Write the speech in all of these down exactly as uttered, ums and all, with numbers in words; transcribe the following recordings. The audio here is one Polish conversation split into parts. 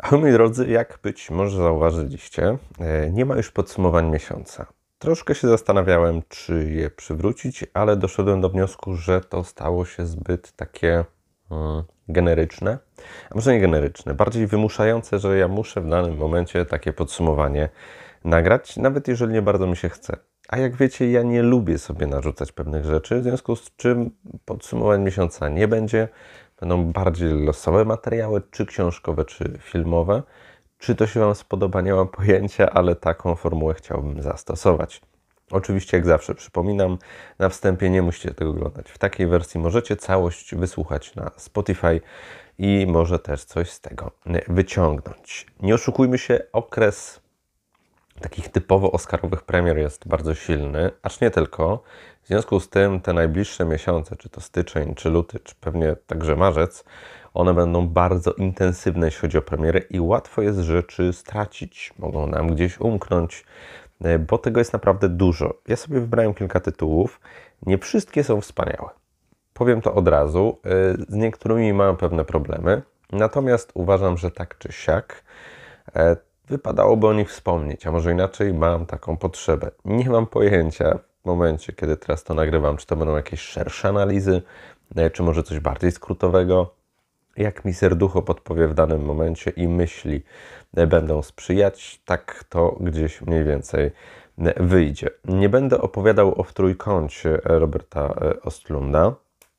Moi drodzy, jak być może zauważyliście, nie ma już podsumowań miesiąca. Troszkę się zastanawiałem, czy je przywrócić, ale doszedłem do wniosku, że to stało się zbyt takie hmm, generyczne, a może nie generyczne, bardziej wymuszające, że ja muszę w danym momencie takie podsumowanie nagrać, nawet jeżeli nie bardzo mi się chce. A jak wiecie, ja nie lubię sobie narzucać pewnych rzeczy, w związku z czym podsumowań miesiąca nie będzie. Będą bardziej losowe materiały, czy książkowe, czy filmowe. Czy to się Wam spodoba, nie mam pojęcia, ale taką formułę chciałbym zastosować. Oczywiście, jak zawsze, przypominam, na wstępie nie musicie tego oglądać w takiej wersji. Możecie całość wysłuchać na Spotify i może też coś z tego wyciągnąć. Nie oszukujmy się, okres takich typowo oscarowych premier jest bardzo silny, acz nie tylko. W związku z tym te najbliższe miesiące, czy to styczeń, czy luty, czy pewnie także marzec, one będą bardzo intensywne, jeśli chodzi o premiery i łatwo jest rzeczy stracić. Mogą nam gdzieś umknąć, bo tego jest naprawdę dużo. Ja sobie wybrałem kilka tytułów. Nie wszystkie są wspaniałe. Powiem to od razu. Z niektórymi mam pewne problemy. Natomiast uważam, że tak czy siak wypadałoby o nich wspomnieć, a może inaczej mam taką potrzebę. Nie mam pojęcia w momencie, kiedy teraz to nagrywam, czy to będą jakieś szersze analizy, czy może coś bardziej skrótowego. Jak mi serducho podpowie w danym momencie i myśli będą sprzyjać, tak to gdzieś mniej więcej wyjdzie. Nie będę opowiadał o w trójkącie Roberta Ostlunda.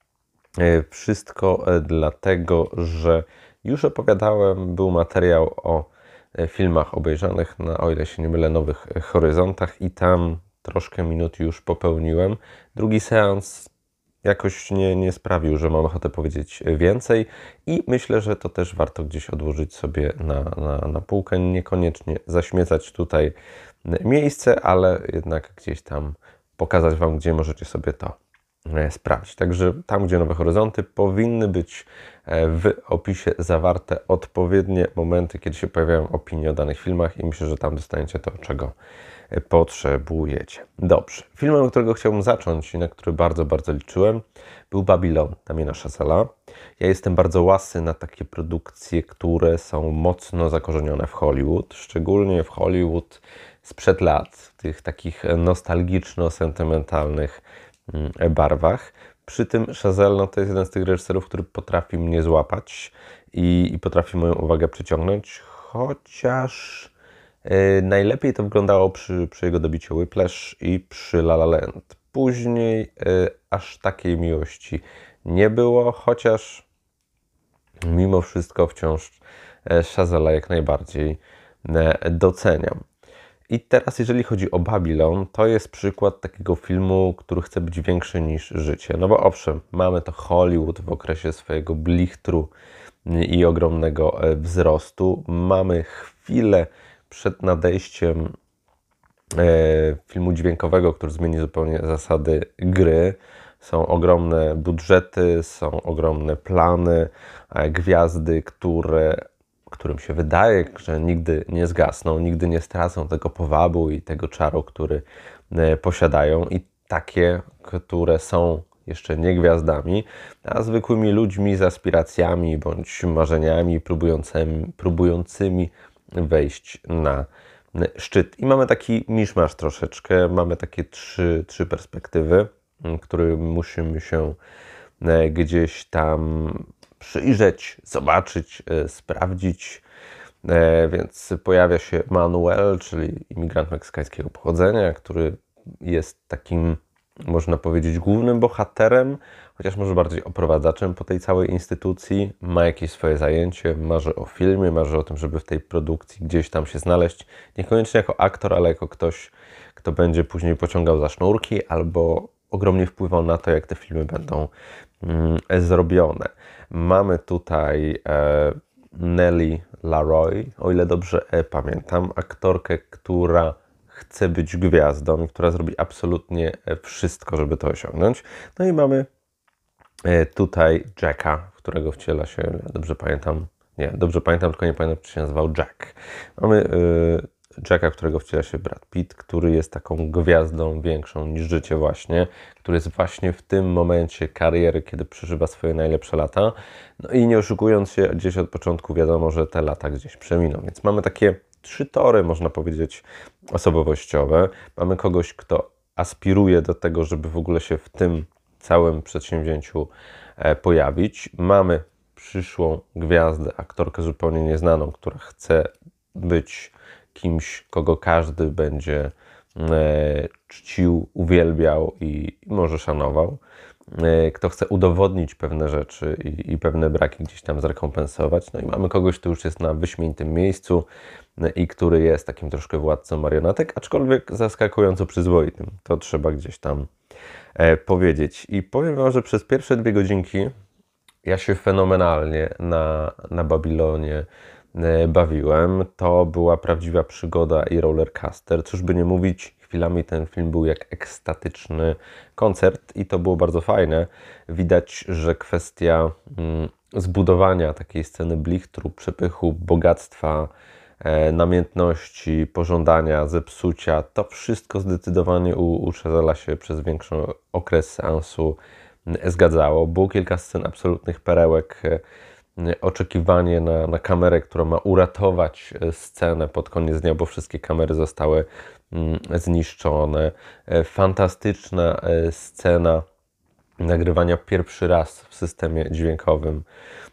Wszystko dlatego, że już opowiadałem, był materiał o filmach obejrzanych na, o ile się nie mylę, Nowych Horyzontach i tam troszkę minut już popełniłem. Drugi seans jakoś nie, nie sprawił, że mam ochotę powiedzieć więcej i myślę, że to też warto gdzieś odłożyć sobie na, na, na półkę, niekoniecznie zaśmiecać tutaj miejsce, ale jednak gdzieś tam pokazać Wam, gdzie możecie sobie to sprawdzić. Także tam, gdzie Nowe Horyzonty, powinny być w opisie zawarte odpowiednie momenty, kiedy się pojawiają opinie o danych filmach i myślę, że tam dostaniecie to, czego potrzebujecie. Dobrze. Filmem, od którego chciałbym zacząć i na który bardzo, bardzo liczyłem, był Babylon Damiena Chazella. Ja jestem bardzo łasy na takie produkcje, które są mocno zakorzenione w Hollywood, szczególnie w Hollywood sprzed lat, w tych takich nostalgiczno-sentymentalnych barwach. Przy tym Chazelle no, to jest jeden z tych reżyserów, który potrafi mnie złapać i, i potrafi moją uwagę przyciągnąć, chociaż yy, najlepiej to wyglądało przy, przy jego debiucie Whiplash i przy La La Land. Później yy, aż takiej miłości nie było, chociaż mimo wszystko wciąż Chazella jak najbardziej doceniam. I teraz, jeżeli chodzi o Babylon, to jest przykład takiego filmu, który chce być większy niż życie. No bo owszem, mamy to Hollywood w okresie swojego blichtru i ogromnego wzrostu. Mamy chwilę przed nadejściem filmu dźwiękowego, który zmieni zupełnie zasady gry. Są ogromne budżety, są ogromne plany, gwiazdy, które... którym się wydaje, że nigdy nie zgasną, nigdy nie stracą tego powabu i tego czaru, który posiadają i takie, które są jeszcze nie gwiazdami, a zwykłymi ludźmi z aspiracjami bądź marzeniami próbującymi, próbującymi wejść na szczyt. I mamy taki miszmasz troszeczkę, mamy takie trzy, trzy perspektywy, którym musimy się gdzieś tam przyjrzeć, zobaczyć, e, sprawdzić. E, więc pojawia się Manuel, czyli imigrant meksykańskiego pochodzenia, który jest takim, można powiedzieć, głównym bohaterem, chociaż może bardziej oprowadzaczem po tej całej instytucji. Ma jakieś swoje zajęcie, marzy o filmie, marzy o tym, żeby w tej produkcji gdzieś tam się znaleźć. Niekoniecznie jako aktor, ale jako ktoś, kto będzie później pociągał za sznurki albo ogromnie wpływał na to, jak te filmy będą mm, zrobione. Mamy tutaj e, Nellie Leroy, o ile dobrze e, pamiętam, aktorkę, która chce być gwiazdą i która zrobi absolutnie wszystko, żeby to osiągnąć. No i mamy e, tutaj Jacka, którego wciela się, dobrze pamiętam, nie, dobrze pamiętam, tylko nie pamiętam, czy się nazywał Jack. Mamy e, Jacka, którego wciela się Brad Pitt, który jest taką gwiazdą większą niż życie właśnie, który jest właśnie w tym momencie kariery, kiedy przeżywa swoje najlepsze lata. No i nie oszukując się, gdzieś od początku wiadomo, że te lata gdzieś przeminą. Więc mamy takie trzy tory, można powiedzieć, osobowościowe. Mamy kogoś, kto aspiruje do tego, żeby w ogóle się w tym całym przedsięwzięciu pojawić. Mamy przyszłą gwiazdę, aktorkę zupełnie nieznaną, która chce być kimś, kogo każdy będzie e, czcił, uwielbiał i, i może szanował. E, kto chce udowodnić pewne rzeczy i, i pewne braki gdzieś tam zrekompensować. No i mamy kogoś, kto już jest na wyśmienitym miejscu e, i który jest takim troszkę władcą marionetek, aczkolwiek zaskakująco przyzwoitym. To trzeba gdzieś tam e, powiedzieć. I powiem wam, że przez pierwsze dwie godzinki ja się fenomenalnie na, na Babilonie bawiłem. To była prawdziwa przygoda i rollercoaster. Cóż by nie mówić, chwilami ten film był jak ekstatyczny koncert i to było bardzo fajne. Widać, że kwestia mm, zbudowania takiej sceny blichtru, przepychu, bogactwa, e, namiętności, pożądania, zepsucia, to wszystko zdecydowanie u, u Chazella się przez większy okres seansu zgadzało. Było kilka scen absolutnych perełek, oczekiwanie na, na kamerę, która ma uratować scenę pod koniec dnia, bo wszystkie kamery zostały zniszczone. Fantastyczna scena nagrywania pierwszy raz w systemie dźwiękowym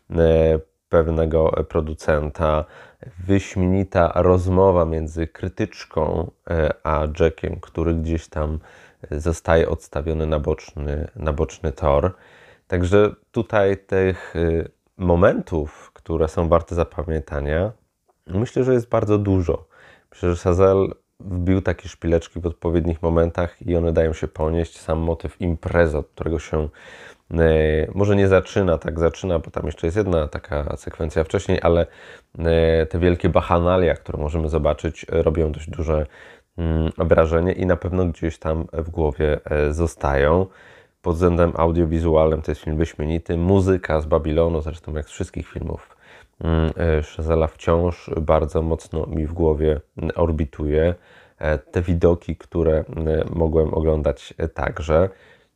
pewnego producenta. Wyśmienita rozmowa między krytyczką a Jackiem, który gdzieś tam zostaje odstawiony na boczny, na boczny tor. Także tutaj tych momentów, które są warte zapamiętania, myślę, że jest bardzo dużo. Myślę, że Chazelle wbił takie szpileczki w odpowiednich momentach i one dają się ponieść. Sam motyw imprezy, od którego się e, może nie zaczyna, tak zaczyna, bo tam jeszcze jest jedna taka sekwencja wcześniej, ale e, te wielkie bachanalia, które możemy zobaczyć, robią dość duże mm, wrażenie i na pewno gdzieś tam w głowie e, zostają. Pod względem audiowizualnym to jest film wyśmienity. Muzyka z Babilonu, zresztą jak z wszystkich filmów Chazella, wciąż bardzo mocno mi w głowie orbituje. Te widoki, które mogłem oglądać także.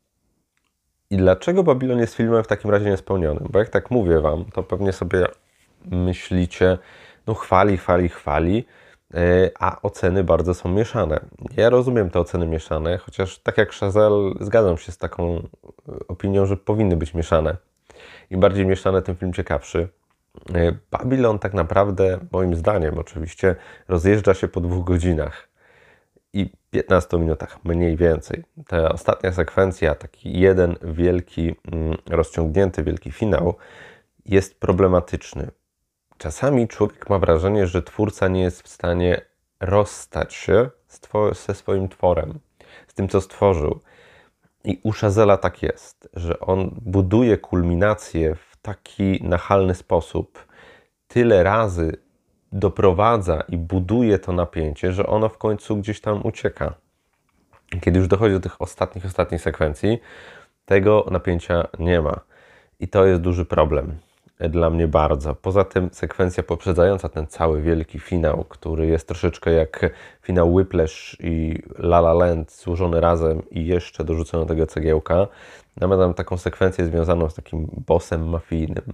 I dlaczego Babilon jest filmem w takim razie niespełnionym? Bo jak tak mówię wam, to pewnie sobie myślicie, no chwali, chwali, chwali, a oceny bardzo są mieszane. Ja rozumiem te oceny mieszane, chociaż tak jak Chazelle zgadzam się z taką opinią, że powinny być mieszane. Im bardziej mieszane, tym film ciekawszy. Babylon tak naprawdę, moim zdaniem oczywiście, rozjeżdża się po dwóch godzinach i piętnastu minutach, mniej więcej. Ta ostatnia sekwencja, taki jeden wielki, rozciągnięty, wielki finał jest problematyczny. Czasami człowiek ma wrażenie, że twórca nie jest w stanie rozstać się ze swoim tworem, z tym, co stworzył. I u Chazella tak jest, że on buduje kulminację w taki nachalny sposób, tyle razy doprowadza i buduje to napięcie, że ono w końcu gdzieś tam ucieka. Kiedy już dochodzi do tych ostatnich, ostatnich sekwencji, tego napięcia nie ma. I to jest duży problem. Dla mnie bardzo. Poza tym sekwencja poprzedzająca ten cały wielki finał, który jest troszeczkę jak finał Whiplash i La La Land złożony razem i jeszcze dorzucono tego cegiełka. Mamy tam taką sekwencję związaną z takim bossem mafijnym.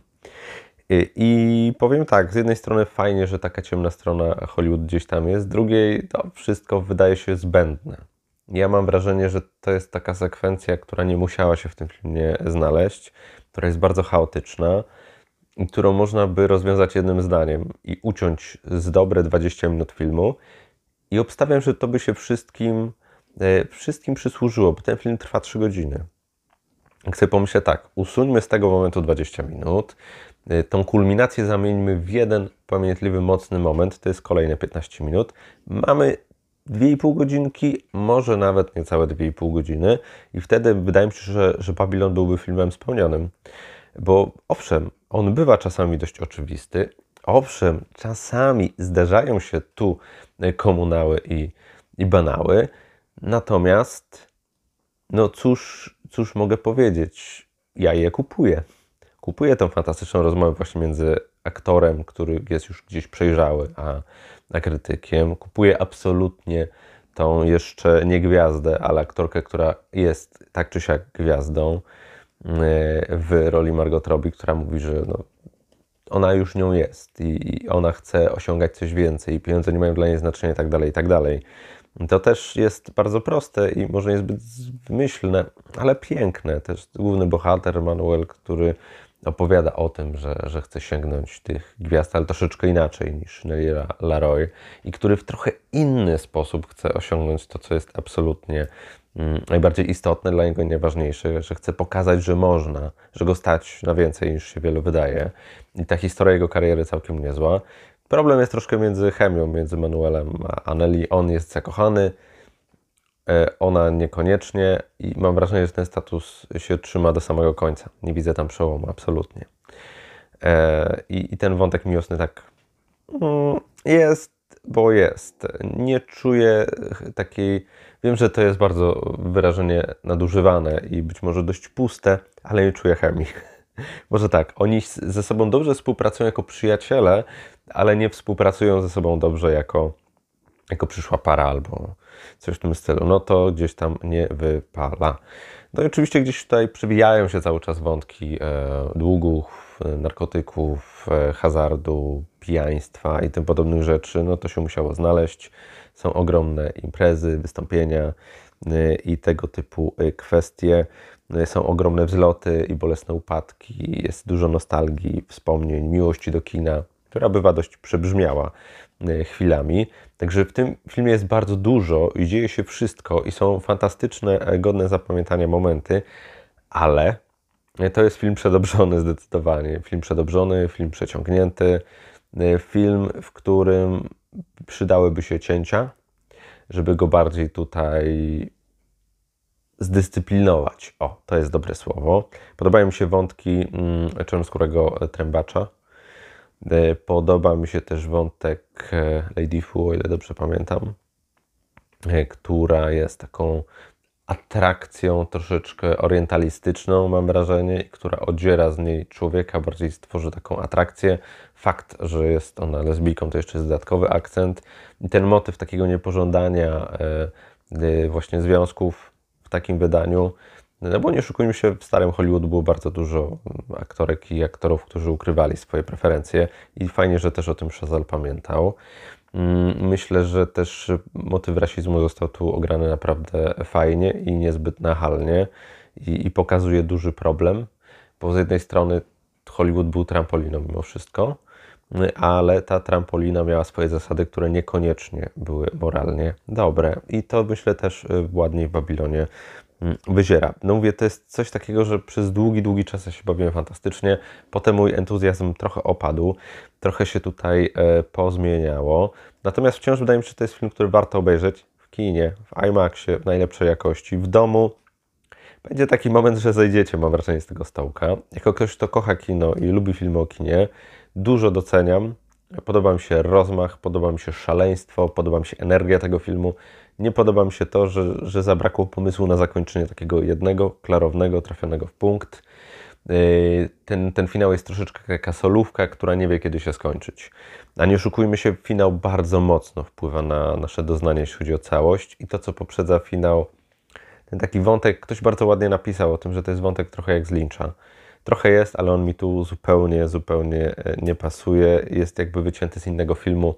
I, I powiem tak, z jednej strony fajnie, że taka ciemna strona Hollywood gdzieś tam jest, z drugiej to wszystko wydaje się zbędne. Ja mam wrażenie, że to jest taka sekwencja, która nie musiała się w tym filmie znaleźć, która jest bardzo chaotyczna, którą można by rozwiązać jednym zdaniem i uciąć z dobre dwadzieścia minut filmu i obstawiam, że to by się wszystkim, wszystkim przysłużyło, bo ten film trwa trzy godziny. Chcę pomyśleć tak, usuńmy z tego momentu dwadzieścia minut, tą kulminację zamieńmy w jeden pamiętliwy, mocny moment, to jest kolejne piętnaście minut. Mamy dwie i pół godzinki, może nawet niecałe dwie i pół godziny i wtedy wydaje mi się, że, że Babylon byłby filmem spełnionym. Bo owszem, on bywa czasami dość oczywisty, owszem, czasami zdarzają się tu komunały i, i banały, natomiast no cóż, cóż mogę powiedzieć, ja je kupuję. Kupuję tę fantastyczną rozmowę właśnie między aktorem, który jest już gdzieś przejrzały, a, a krytykiem. Kupuję absolutnie tą jeszcze nie gwiazdę, ale aktorkę, która jest tak czy siak gwiazdą w roli Margot Robbie, która mówi, że no, ona już nią jest i, i ona chce osiągać coś więcej i pieniądze nie mają dla niej znaczenia i tak dalej, i tak dalej. To też jest bardzo proste i może niezbyt wymyślne, ale piękne. Też główny bohater, Manuel, który opowiada o tym, że, że chce sięgnąć tych gwiazd, ale troszeczkę inaczej niż Nelly Laroy i który w trochę inny sposób chce osiągnąć to, co jest absolutnie mm, najbardziej istotne, dla niego najważniejsze, że chce pokazać, że można, że go stać na więcej niż się wielu wydaje. I ta historia jego kariery całkiem niezła. Problem jest troszkę między chemią, między Manuelem a Nelly. On jest zakochany, ona niekoniecznie i mam wrażenie, że ten status się trzyma do samego końca. Nie widzę tam przełomu, absolutnie. I, i ten wątek miłosny tak jest, bo jest. Nie czuję takiej... Wiem, że to jest bardzo wyrażenie nadużywane i być może dość puste, ale nie czuję chemii. Może tak, oni ze sobą dobrze współpracują jako przyjaciele, ale nie współpracują ze sobą dobrze jako, jako przyszła para albo coś w tym stylu. No to gdzieś tam nie wypala. No i oczywiście gdzieś tutaj przewijają się cały czas wątki e, długów, narkotyków, e, hazardu, pijaństwa i tym podobnych rzeczy. No to się musiało znaleźć. Są ogromne imprezy, wystąpienia e, i tego typu e, kwestie. Są ogromne wzloty i bolesne upadki, jest dużo nostalgii, wspomnień, miłości do kina, która bywa dość przebrzmiała chwilami. Także w tym filmie jest bardzo dużo i dzieje się wszystko i są fantastyczne, godne zapamiętania momenty, ale to jest film przedobrzony zdecydowanie. Film przedobrzony, film przeciągnięty, film, w którym przydałyby się cięcia, żeby go bardziej tutaj zdyscyplinować. O, to jest dobre słowo. Podobają mi się wątki mm, czarnoskórego trębacza. Podoba mi się też wątek Lady Fu, o ile dobrze pamiętam, która jest taką atrakcją troszeczkę orientalistyczną, mam wrażenie, która odziera z niej człowieka, bardziej stworzy taką atrakcję. Fakt, że jest ona lesbijką, to jeszcze jest dodatkowy akcent. I ten motyw takiego niepożądania właśnie związków w takim wydaniu, no bo nie oszukujmy się, w starym Hollywood było bardzo dużo aktorek i aktorów, którzy ukrywali swoje preferencje i fajnie, że też o tym Chazelle pamiętał. Myślę, że też motyw rasizmu został tu ograny naprawdę fajnie i niezbyt nachalnie i, i pokazuje duży problem, bo z jednej strony Hollywood był trampoliną mimo wszystko, ale ta trampolina miała swoje zasady, które niekoniecznie były moralnie dobre i to myślę też ładniej w Babilonie wyziera. No mówię, to jest coś takiego, że przez długi, długi czas ja się bawiłem fantastycznie. Potem mój entuzjazm trochę opadł, trochę się tutaj e, pozmieniało. Natomiast wciąż wydaje mi się, że to jest film, który warto obejrzeć w kinie, w IMAXie, w najlepszej jakości, w domu. Będzie taki moment, że zejdziecie, mam wrażenie, z tego stołka. Jako ktoś, kto kocha kino i lubi filmy o kinie, dużo doceniam. Podoba mi się rozmach, podoba mi się szaleństwo, podoba mi się energia tego filmu. Nie podoba mi się to, że, że zabrakło pomysłu na zakończenie takiego jednego, klarownego, trafionego w punkt. Ten, ten finał jest troszeczkę taka solówka, która nie wie, kiedy się skończyć. A nie oszukujmy się, finał bardzo mocno wpływa na nasze doznanie, jeśli chodzi o całość. I to, co poprzedza finał, ten taki wątek, ktoś bardzo ładnie napisał o tym, że to jest wątek trochę jak z Lyncha. Trochę jest, ale on mi tu zupełnie, zupełnie nie pasuje. Jest jakby wycięty z innego filmu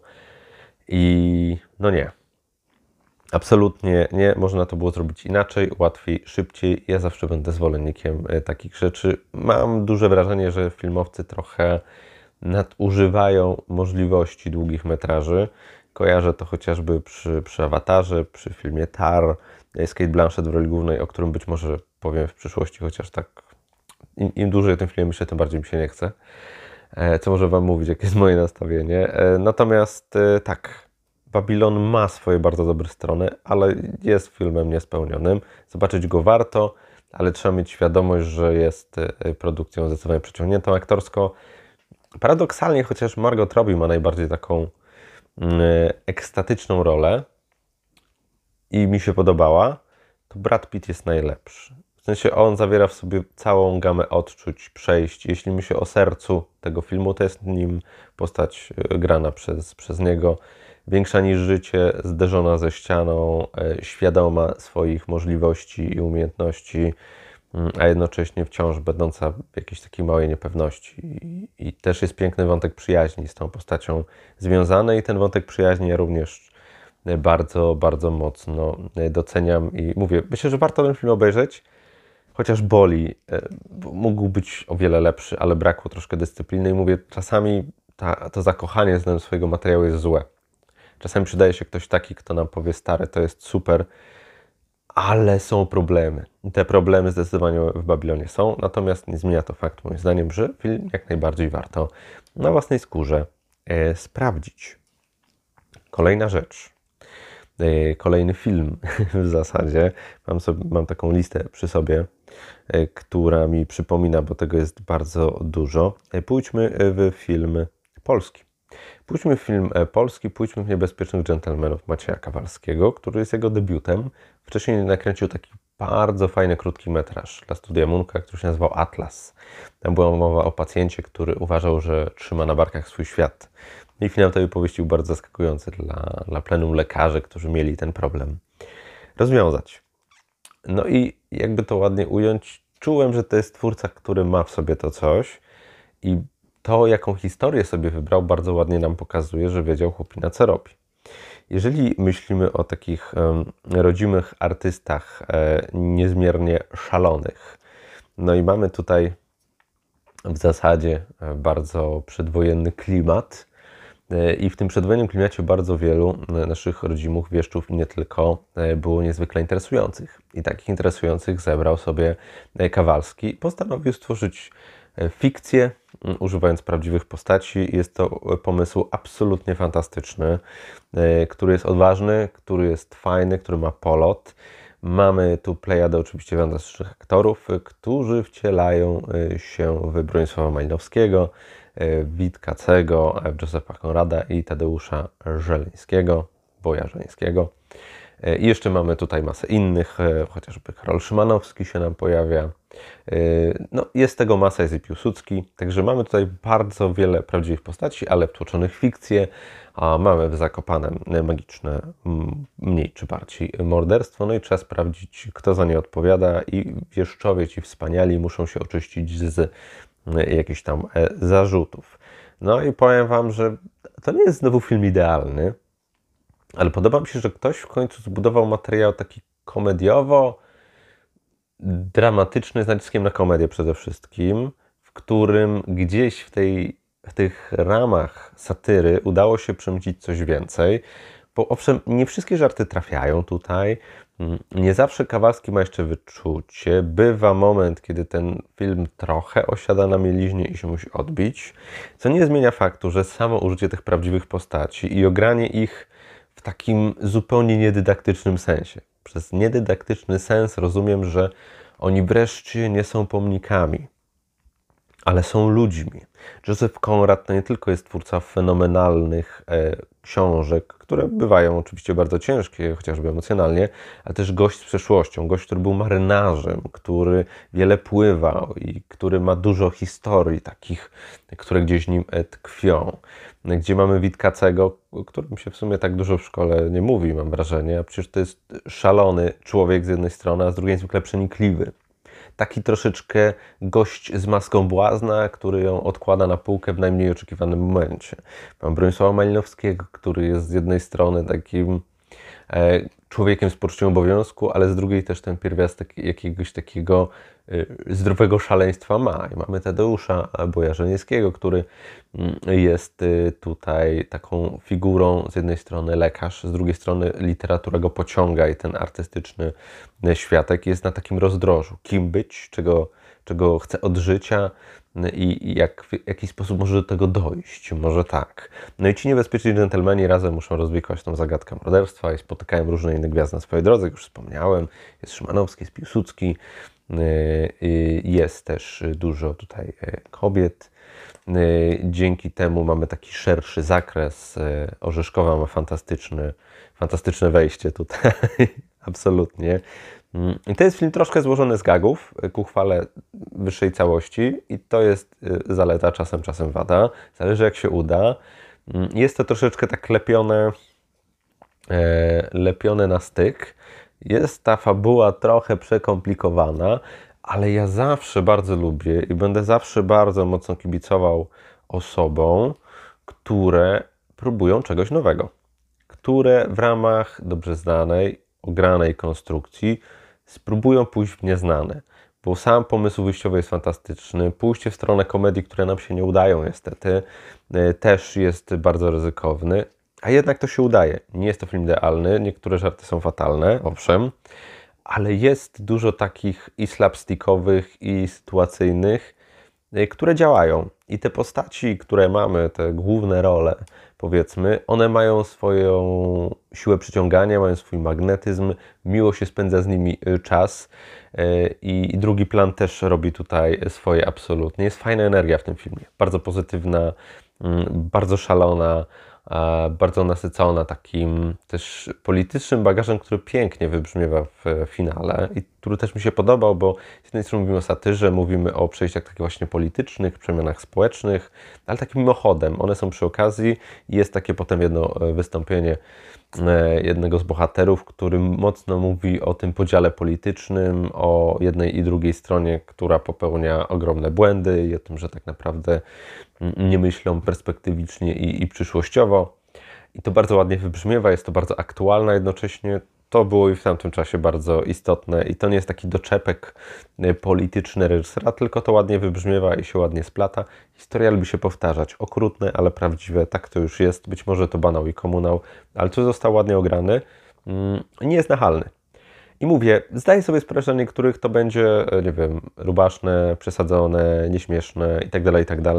i no nie. Absolutnie nie. Można to było zrobić inaczej, łatwiej, szybciej. Ja zawsze będę zwolennikiem takich rzeczy. Mam duże wrażenie, że filmowcy trochę nadużywają możliwości długich metraży. Kojarzę to chociażby przy, przy Awatarze, przy filmie Tar, z Cate Blanchett w roli głównej, o którym być może powiem w przyszłości, chociaż tak im, im dłużej o tym filmie myślę, tym bardziej mi się nie chce. Co może Wam mówić, jakie jest moje nastawienie. Natomiast tak, Babylon ma swoje bardzo dobre strony, ale jest filmem niespełnionym. Zobaczyć go warto, ale trzeba mieć świadomość, że jest produkcją zdecydowanie przeciągniętą aktorsko. Paradoksalnie, chociaż Margot Robbie ma najbardziej taką ekstatyczną rolę i mi się podobała, to Brad Pitt jest najlepszy. sensie on zawiera w sobie całą gamę odczuć, przejść. Jeśli myślę o sercu tego filmu, to jest nim postać grana przez, przez niego. Większa niż życie, zderzona ze ścianą, świadoma swoich możliwości i umiejętności, a jednocześnie wciąż będąca w jakiejś takiej małej niepewności. I, I też jest piękny wątek przyjaźni z tą postacią związany i ten wątek przyjaźni ja również bardzo, bardzo mocno doceniam i mówię, myślę, że warto ten film obejrzeć, chociaż boli. Mógł być o wiele lepszy, ale brakło troszkę dyscypliny i mówię, czasami ta, to zakochanie względem swojego materiału jest złe. Czasami przydaje się ktoś taki, kto nam powie, stary, to jest super, ale są problemy. I te problemy zdecydowanie w Babilonie są, natomiast nie zmienia to faktu, moim zdaniem, że film jak najbardziej warto na własnej skórze e, sprawdzić. Kolejna rzecz. E, kolejny film w zasadzie. Mam, sobie, mam taką listę przy sobie, e, która mi przypomina, bo tego jest bardzo dużo. E, pójdźmy w film polski. Pójdźmy w film polski, pójdźmy w Niebezpiecznych Dżentelmenów Macieja Kawalskiego, który jest jego debiutem. Wcześniej nakręcił taki bardzo fajny krótki metraż dla Studia Munka, który się nazywał Atlas. Tam była mowa o pacjencie, który uważał, że trzyma na barkach swój świat. I finał tej opowieści był bardzo zaskakujący dla, dla plenum lekarzy, którzy mieli ten problem rozwiązać. No i jakby to ładnie ująć, czułem, że to jest twórca, który ma w sobie to coś i to, jaką historię sobie wybrał, bardzo ładnie nam pokazuje, że wiedział chłopina, co robi. Jeżeli myślimy o takich um, rodzimych artystach e, niezmiernie szalonych, no i mamy tutaj w zasadzie bardzo przedwojenny klimat e, i w tym przedwojennym klimacie bardzo wielu naszych rodzimych wieszczów i nie tylko e, było niezwykle interesujących. I takich interesujących zebrał sobie Kawalski. Postanowił stworzyć fikcję, używając prawdziwych postaci. Jest to pomysł absolutnie fantastyczny, który jest odważny, który jest fajny, który ma polot. Mamy tu plejadę oczywiście fantastycznych aktorów, którzy wcielają się w Bronisława Malinowskiego, Witkacego, Józefa Konrada i Tadeusza Żeleńskiego, Woja Żeleńskiego. I jeszcze mamy tutaj masę innych, chociażby Karol Szymanowski się nam pojawia. No, jest tego masa, jest i Piłsudski, także mamy tutaj bardzo wiele prawdziwych postaci, ale wtłoczonych w fikcję, a mamy w Zakopanem magiczne, mniej czy bardziej morderstwo, no i trzeba sprawdzić, kto za nie odpowiada i wieszczowie ci wspaniali muszą się oczyścić z jakichś tam zarzutów. No i powiem Wam, że to nie jest znowu film idealny, ale podoba mi się, że ktoś w końcu zbudował materiał taki komediowo, dramatyczny, z naciskiem na komedię przede wszystkim, w którym gdzieś w, tej, w tych ramach satyry udało się przemycić coś więcej. Bo owszem, nie wszystkie żarty trafiają tutaj, nie zawsze Kawalski ma jeszcze wyczucie. Bywa moment, kiedy ten film trochę osiada na mieliźnie i się musi odbić, co nie zmienia faktu, że samo użycie tych prawdziwych postaci i ogranie ich w takim zupełnie niedydaktycznym sensie. Przez niedydaktyczny sens rozumiem, że oni wreszcie nie są pomnikami, ale są ludźmi. Józef Konrad to nie tylko jest twórca fenomenalnych e, książek, które bywają oczywiście bardzo ciężkie, chociażby emocjonalnie, ale też gość z przeszłością, gość, który był marynarzem, który wiele pływał i który ma dużo historii takich, które gdzieś nim tkwią. Gdzie mamy Witkacego, o którym się w sumie tak dużo w szkole nie mówi, mam wrażenie, a przecież to jest szalony człowiek z jednej strony, a z drugiej niezwykle przenikliwy. Taki troszeczkę gość z maską błazna, który ją odkłada na półkę w najmniej oczekiwanym momencie. Mam Bronisława Malinowskiego, który jest z jednej strony takim e, człowiekiem z poczuciem obowiązku, ale z drugiej też ten pierwiastek jakiegoś takiego e, zdrowego szaleństwa ma. I mamy Tadeusza Boja Żeleńskiego, który jest e, tutaj taką figurą, z jednej strony lekarz, z drugiej strony literatura go pociąga i ten artystyczny światek jest na takim rozdrożu. Kim być, czego, czego chce od życia i jak, w jaki sposób może do tego dojść. Może tak. No i ci niebezpieczni dżentelmeni razem muszą rozwikłać tą zagadkę morderstwa i spotykają różne inne gwiazdy na swojej drodze, jak już wspomniałem. Jest Szymanowski, jest Piłsudski, jest też dużo tutaj kobiet. Dzięki temu mamy taki szerszy zakres. Orzeszkowa ma fantastyczny, fantastyczne wejście tutaj. Absolutnie. Mm, I to jest film troszkę złożony z gagów, y, ku chwale wyższej całości i to jest y, zaleta, czasem, czasem wada. Zależy jak się uda. Mm, Jest to troszeczkę tak lepione, e, lepione na styk. Jest ta fabuła trochę przekomplikowana, ale ja zawsze bardzo lubię i będę zawsze bardzo mocno kibicował osobom, które próbują czegoś nowego, które w ramach dobrze znanej, ogranej konstrukcji spróbują pójść w nieznane. Bo sam pomysł wyjściowy jest fantastyczny. Pójście w stronę komedii, które nam się nie udają niestety, y, też jest bardzo ryzykowny. A jednak to się udaje. Nie jest to film idealny, niektóre żarty są fatalne, owszem, ale jest dużo takich i slapstickowych, i sytuacyjnych, y, które działają. I te postaci, które mamy, te główne role, powiedzmy, one mają swoją siłę przyciągania, mają swój magnetyzm, miło się spędza z nimi y, czas y, i drugi plan też robi tutaj swoje absolutnie. Jest fajna energia w tym filmie, bardzo pozytywna, mm, bardzo szalona, a bardzo nasycona takim też politycznym bagażem, który pięknie wybrzmiewa w finale i który też mi się podobał, bo z jednej strony mówimy o satyrze, mówimy o przejściach takich właśnie politycznych, przemianach społecznych, ale takim mimochodem. One są przy okazji i jest takie potem jedno wystąpienie e, jednego z bohaterów, który mocno mówi o tym podziale politycznym, o jednej i drugiej stronie, która popełnia ogromne błędy i o tym, że tak naprawdę nie myślą perspektywicznie i, i przyszłościowo. I to bardzo ładnie wybrzmiewa, jest to bardzo aktualne jednocześnie. To było i w tamtym czasie bardzo istotne i to nie jest taki doczepek y, polityczny reżysera, tylko to ładnie wybrzmiewa i się ładnie splata. Historia lubi się powtarzać, okrutne, ale prawdziwe, tak to już jest. Być może to banał i komunał, ale tu został ładnie ograny. Mm, nie jest nachalny. I mówię, zdaję sobie sprawę, że dla niektórych to będzie, nie wiem, rubaszne, przesadzone, nieśmieszne itd., itd.,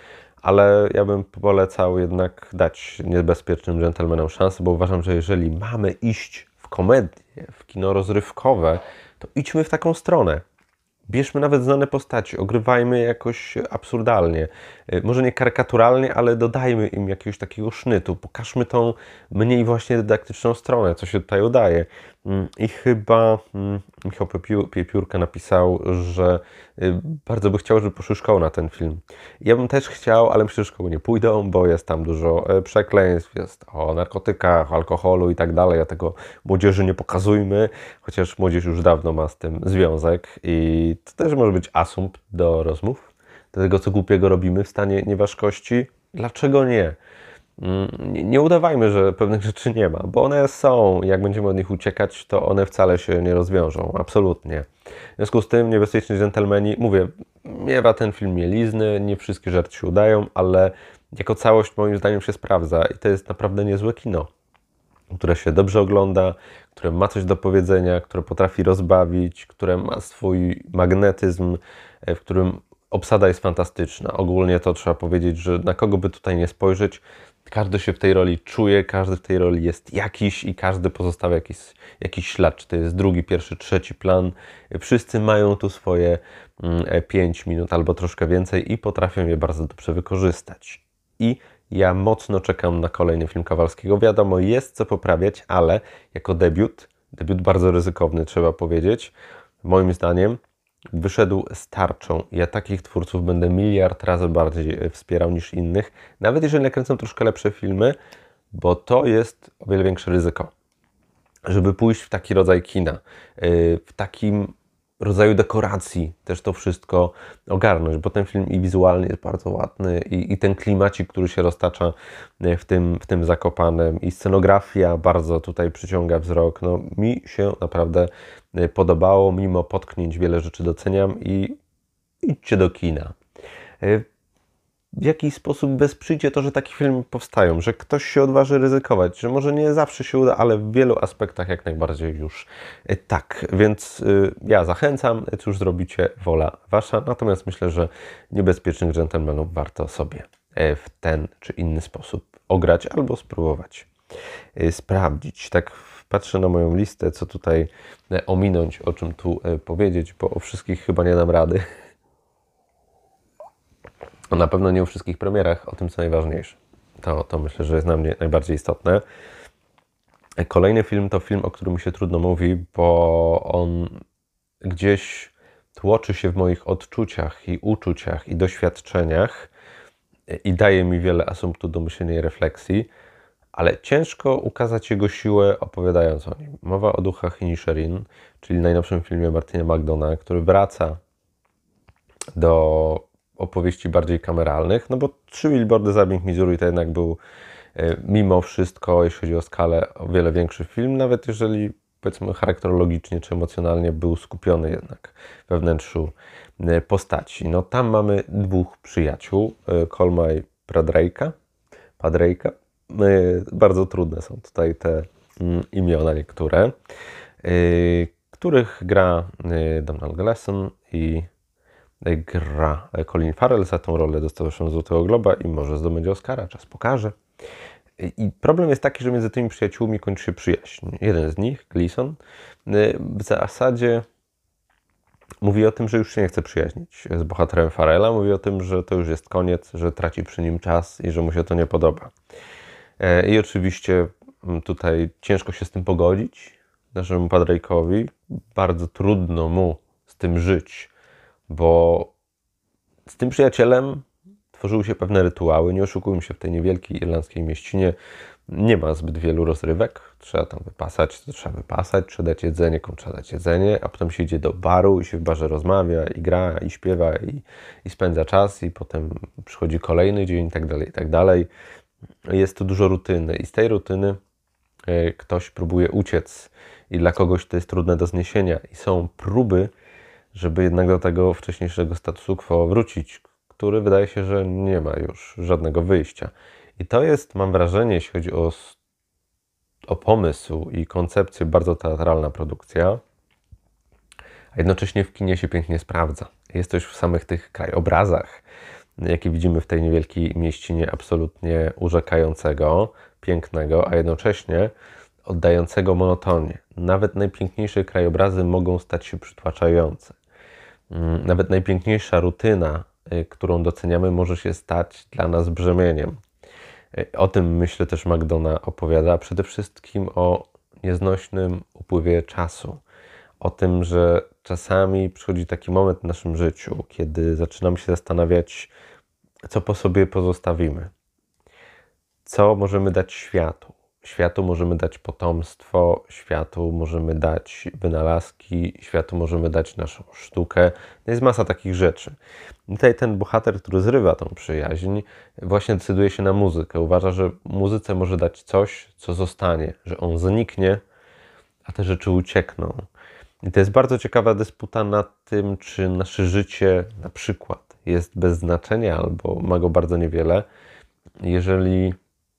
ale ja bym polecał jednak dać Niebezpiecznym Dżentelmenom szansę, bo uważam, że jeżeli mamy iść w komedię, w kino rozrywkowe, to idźmy w taką stronę. Bierzmy nawet znane postaci, ogrywajmy jakoś absurdalnie. Y, Może nie karykaturalnie, ale dodajmy im jakiegoś takiego sznytu. Pokażmy tą mniej właśnie dydaktyczną stronę, co się tutaj udaje. Mm, I chyba mm, Michał Piepiu- Piepiórka napisał, że y, bardzo by chciał, żeby poszły szkoły na ten film. Ja bym też chciał, ale myślę, że szkoły nie pójdą, bo jest tam dużo e, przekleństw, jest o narkotykach, o alkoholu i tak dalej, a tego młodzieży nie pokazujmy, chociaż młodzież już dawno ma z tym związek i to też może być asumpt do rozmów, do tego, co głupiego robimy w stanie nieważkości. Dlaczego nie? Mm, Nie, nie udawajmy, że pewnych rzeczy nie ma, bo one są. Jak będziemy od nich uciekać, to one wcale się nie rozwiążą. Absolutnie. W związku z tym Niebezpieczni Dżentelmeni, mówię, miewa ten film mielizny, nie wszystkie żarty się udają, ale jako całość moim zdaniem się sprawdza i to jest naprawdę niezłe kino, które się dobrze ogląda, które ma coś do powiedzenia, które potrafi rozbawić, które ma swój magnetyzm, e, w którym obsada jest fantastyczna. Ogólnie to trzeba powiedzieć, że na kogo by tutaj nie spojrzeć, każdy się w tej roli czuje, każdy w tej roli jest jakiś i każdy pozostawia jakiś, jakiś ślad. Czy to jest drugi, pierwszy, trzeci plan. Wszyscy mają tu swoje mm, pięć minut albo troszkę więcej i potrafią je bardzo dobrze wykorzystać. I ja mocno czekam na kolejny film Kowalskiego. Wiadomo, jest co poprawiać, ale jako debiut, debiut bardzo ryzykowny, trzeba powiedzieć, moim zdaniem wyszedł z tarczą. Ja takich twórców będę miliard razy bardziej wspierał niż innych, nawet jeżeli nakręcą troszkę lepsze filmy, bo to jest o wiele większe ryzyko, żeby pójść w taki rodzaj kina, yy, w takim rodzaju dekoracji też to wszystko ogarnąć, bo ten film i wizualnie jest bardzo ładny i, i ten klimacik, który się roztacza w tym, w tym Zakopanem i scenografia bardzo tutaj przyciąga wzrok. No, mi się naprawdę podobało, mimo potknięć wiele rzeczy doceniam i idźcie do kina. W jakiś sposób wesprzyjcie to, że takie filmy powstają, że ktoś się odważy ryzykować, że może nie zawsze się uda, ale w wielu aspektach jak najbardziej już tak. Więc y, ja zachęcam, cóż zrobicie, wola wasza. Natomiast myślę, że Niebezpiecznych Dżentelmenów warto sobie w ten czy inny sposób ograć albo spróbować y, sprawdzić. Tak patrzę na moją listę, co tutaj ominąć, o czym tu powiedzieć, bo o wszystkich chyba nie dam rady. Na pewno nie o wszystkich premierach, o tym co najważniejsze. To, to myślę, że jest dla mnie najbardziej istotne. Kolejny film to film, o którym mi się trudno mówi, bo on gdzieś tłoczy się w moich odczuciach i uczuciach i doświadczeniach i daje mi wiele asumptu do myślenia i refleksji, ale ciężko ukazać jego siłę opowiadając o nim. Mowa o Duchach Inisherin, czyli najnowszym filmie Martina McDonaugha, który wraca do opowieści bardziej kameralnych, no bo Trzy Billboardy z Ebbing, Missouri to jednak był mimo wszystko, jeśli chodzi o skalę, o wiele większy film, nawet jeżeli powiedzmy charakterologicznie czy emocjonalnie był skupiony jednak we wnętrzu postaci. No tam mamy dwóch przyjaciół, Colma i Padrake'a. Padrake'a. Bardzo trudne są tutaj te imiona niektóre, których gra Donald Gleeson i gra Colin Farrell. Za tą rolę dostał się Złotego Globa i może zdobędzie Oscara, czas pokaże. I problem jest taki, że między tymi przyjaciółmi kończy się przyjaźń. Jeden z nich, Gleeson, w zasadzie mówi o tym, że już się nie chce przyjaźnić z bohaterem Farrella. Mówi o tym, że to już jest koniec, że traci przy nim czas i że mu się to nie podoba. I oczywiście tutaj ciężko się z tym pogodzić naszemu Padrake'owi. Bardzo trudno mu z tym żyć, bo z tym przyjacielem tworzyły się pewne rytuały. Nie oszukujmy się, w tej niewielkiej irlandzkiej mieścinie nie ma zbyt wielu rozrywek. Trzeba tam wypasać, to trzeba wypasać, trzeba dać jedzenie, komu trzeba dać jedzenie, a potem się idzie do baru i się w barze rozmawia i gra, i śpiewa, i, i spędza czas, i potem przychodzi kolejny dzień i tak dalej, i tak dalej. Jest tu dużo rutyny i z tej rutyny ktoś próbuje uciec i dla kogoś to jest trudne do zniesienia i są próby, żeby jednak do tego wcześniejszego statusu quo wrócić, który wydaje się, że nie ma już żadnego wyjścia. I to jest, mam wrażenie, jeśli chodzi o, o pomysł i koncepcję, bardzo teatralna produkcja, a jednocześnie w kinie się pięknie sprawdza. Jest coś w samych tych krajobrazach, jakie widzimy w tej niewielkiej mieścinie, absolutnie urzekającego, pięknego, a jednocześnie oddającego monotonię. Nawet najpiękniejsze krajobrazy mogą stać się przytłaczające. Nawet najpiękniejsza rutyna, którą doceniamy, może się stać dla nas brzemieniem. O tym, myślę, też McDonough opowiada, a przede wszystkim o nieznośnym upływie czasu. O tym, że czasami przychodzi taki moment w naszym życiu, kiedy zaczynamy się zastanawiać, co po sobie pozostawimy. Co możemy dać światu. Światu możemy dać potomstwo, światu możemy dać wynalazki, światu możemy dać naszą sztukę. No jest masa takich rzeczy. I tutaj ten bohater, który zrywa tą przyjaźń, właśnie decyduje się na muzykę. Uważa, że muzyce może dać coś, co zostanie, że on zniknie, a te rzeczy uciekną. I to jest bardzo ciekawa dysputa nad tym, czy nasze życie na przykład jest bez znaczenia albo ma go bardzo niewiele, jeżeli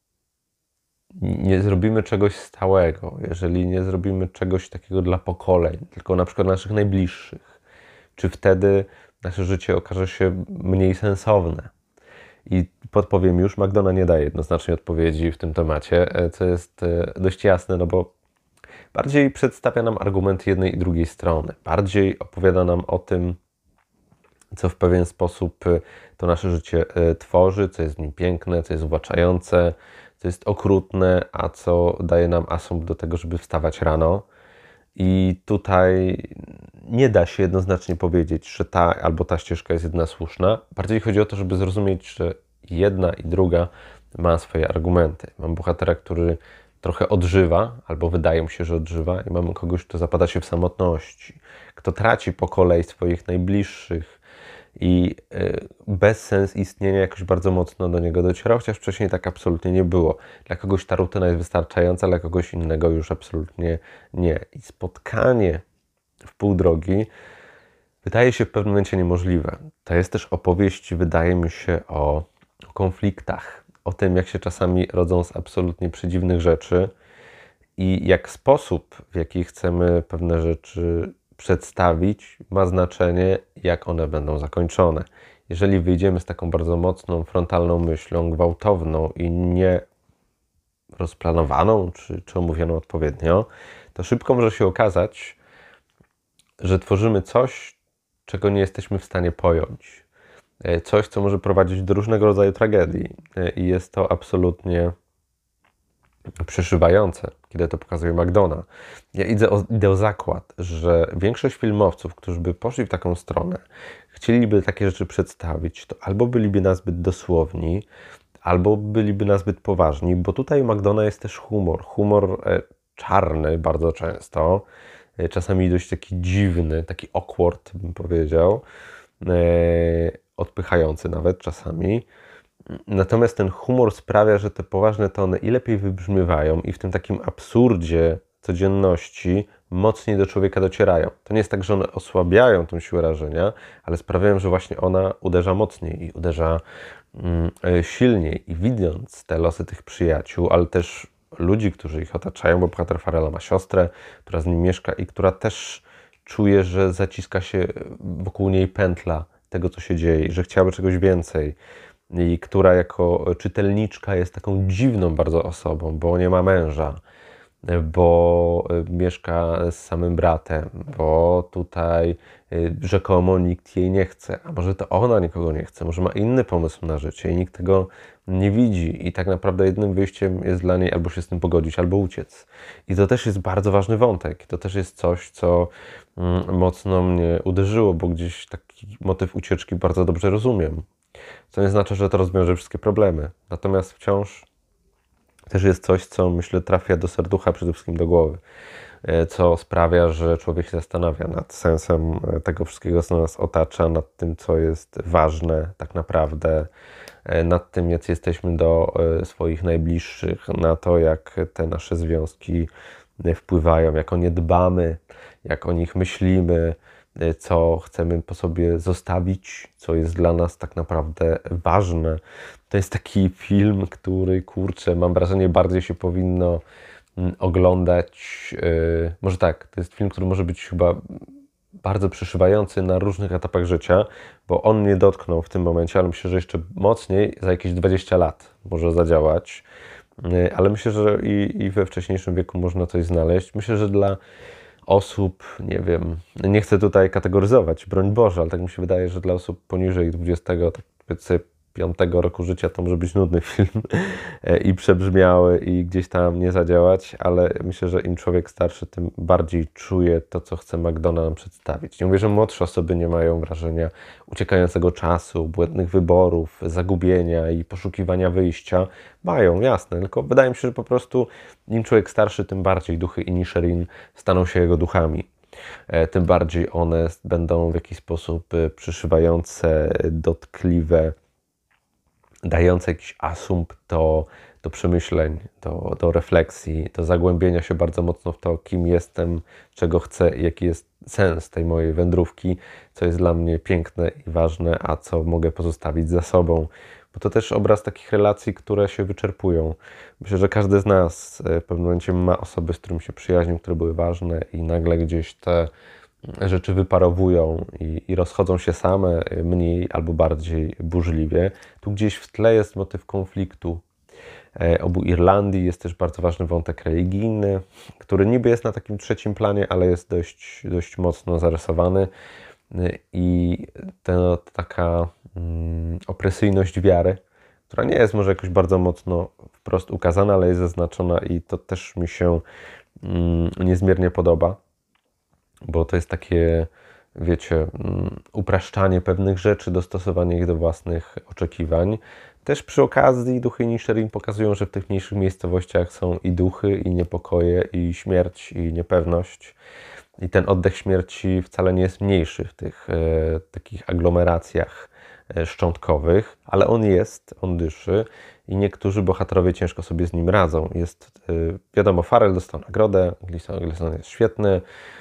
nie zrobimy czegoś stałego, jeżeli nie zrobimy czegoś takiego dla pokoleń, tylko na przykład naszych najbliższych, czy wtedy nasze życie okaże się mniej sensowne. I podpowiem już, McDonough nie daje jednoznacznej odpowiedzi w tym temacie, co jest dość jasne, no bo bardziej przedstawia nam argument jednej i drugiej strony. Bardziej opowiada nam o tym, co w pewien sposób to nasze życie tworzy, co jest w nim piękne, co jest uwłaczające, co jest okrutne, a co daje nam asumpt do tego, żeby wstawać rano. I tutaj nie da się jednoznacznie powiedzieć, że ta albo ta ścieżka jest jedna słuszna. Bardziej chodzi o to, żeby zrozumieć, że jedna i druga ma swoje argumenty. Mam bohatera, który trochę odżywa, albo wydaje mu się, że odżywa, i mamy kogoś, kto zapada się w samotności, kto traci po kolei swoich najbliższych i bezsens istnienia jakoś bardzo mocno do niego dociera, chociaż wcześniej tak absolutnie nie było. Dla kogoś ta rutyna jest wystarczająca, dla kogoś innego już absolutnie nie. I spotkanie w pół drogi wydaje się w pewnym momencie niemożliwe. To jest też opowieść, wydaje mi się, o, o konfliktach, o tym, jak się czasami rodzą z absolutnie przedziwnych rzeczy i jak sposób, w jaki chcemy pewne rzeczy przedstawić, ma znaczenie, jak one będą zakończone. Jeżeli wyjdziemy z taką bardzo mocną, frontalną myślą, gwałtowną i nie rozplanowaną, czy, czy omówioną odpowiednio, to szybko może się okazać, że tworzymy coś, czego nie jesteśmy w stanie pojąć. Coś, co może prowadzić do różnego rodzaju tragedii. I jest to absolutnie przeszywające, kiedy to pokazuje McDona. Ja idę o, idę o zakład, że większość filmowców, którzy by poszli w taką stronę, chcieliby takie rzeczy przedstawić, to albo byliby nazbyt dosłowni, albo byliby nazbyt poważni, bo tutaj u McDona jest też humor. Humor e, czarny bardzo często, e, czasami dość taki dziwny, taki awkward bym powiedział, e, odpychający nawet czasami. Natomiast ten humor sprawia, że te poważne tony i lepiej wybrzmiewają i w tym takim absurdzie codzienności mocniej do człowieka docierają. To nie jest tak, że one osłabiają tą siłę rażenia, ale sprawiają, że właśnie ona uderza mocniej i uderza mm, silniej. I widząc te losy tych przyjaciół, ale też ludzi, którzy ich otaczają, bo bohater Farrella ma siostrę, która z nim mieszka i która też czuje, że zaciska się wokół niej pętla tego, co się dzieje i że chciałaby czegoś więcej. I która jako czytelniczka jest taką dziwną bardzo osobą, bo nie ma męża, bo mieszka z samym bratem, bo tutaj rzekomo nikt jej nie chce, a może to ona nikogo nie chce, może ma inny pomysł na życie i nikt tego nie widzi i tak naprawdę jedynym wyjściem jest dla niej albo się z tym pogodzić, albo uciec. I to też jest bardzo ważny wątek, to też jest coś, co mocno mnie uderzyło, bo gdzieś taki motyw ucieczki bardzo dobrze rozumiem. Co nie znaczy, że to rozwiąże wszystkie problemy. Natomiast wciąż też jest coś, co myślę trafia do serducha, przede wszystkim do głowy. Co sprawia, że człowiek się zastanawia nad sensem tego wszystkiego, co nas otacza, nad tym, co jest ważne tak naprawdę, nad tym, jacy jesteśmy do swoich najbliższych, na to, jak te nasze związki wpływają, jak o nie dbamy, jak o nich myślimy, co chcemy po sobie zostawić, co jest dla nas tak naprawdę ważne. To jest taki film, który, kurczę, mam wrażenie, bardziej się powinno oglądać. Może tak, to jest film, który może być chyba bardzo przeszywający na różnych etapach życia, bo on mnie dotknął w tym momencie, ale myślę, że jeszcze mocniej za jakieś dwadzieścia lat może zadziałać. Ale myślę, że i, i we wcześniejszym wieku można coś znaleźć. Myślę, że dla osób, nie wiem, nie chcę tutaj kategoryzować, broń Boże, ale tak mi się wydaje, że dla osób poniżej dwudziestego, tak powiedzmy piątego roku życia to może być nudny film i przebrzmiały i gdzieś tam nie zadziałać, ale myślę, że im człowiek starszy, tym bardziej czuje to, co chce McDona nam przedstawić. Nie mówię, że młodsze osoby nie mają wrażenia uciekającego czasu, błędnych wyborów, zagubienia i poszukiwania wyjścia. Mają, jasne, tylko wydaje mi się, że po prostu im człowiek starszy, tym bardziej duchy Inisherin staną się jego duchami. Tym bardziej one będą w jakiś sposób przyszywające, dotkliwe, dające jakiś asumpt do, do przemyśleń, do, do refleksji, do zagłębienia się bardzo mocno w to, kim jestem, czego chcę, jaki jest sens tej mojej wędrówki, co jest dla mnie piękne i ważne, a co mogę pozostawić za sobą. Bo to też obraz takich relacji, które się wyczerpują. Myślę, że każdy z nas w pewnym momencie ma osoby, z którymi się przyjaźnił, które były ważne i nagle gdzieś te rzeczy wyparowują i, i rozchodzą się same mniej albo bardziej burzliwie. Tu gdzieś w tle jest motyw konfliktu obu Irlandii, jest też bardzo ważny wątek religijny, który niby jest na takim trzecim planie, ale jest dość, dość mocno zarysowany i ta taka mm, opresyjność wiary, która nie jest może jakoś bardzo mocno wprost ukazana, ale jest zaznaczona i to też mi się mm, niezmiernie podoba. Bo to jest takie, wiecie, upraszczanie pewnych rzeczy, dostosowanie ich do własnych oczekiwań. Też przy okazji duchy Inisherin pokazują, że w tych mniejszych miejscowościach są i duchy, i niepokoje, i śmierć, i niepewność. I ten oddech śmierci wcale nie jest mniejszy w tych e, takich aglomeracjach e, szczątkowych, ale on jest, on dyszy i niektórzy bohaterowie ciężko sobie z nim radzą. Jest, e, wiadomo, Farrell dostał nagrodę, Gleeson, Gleeson jest świetny.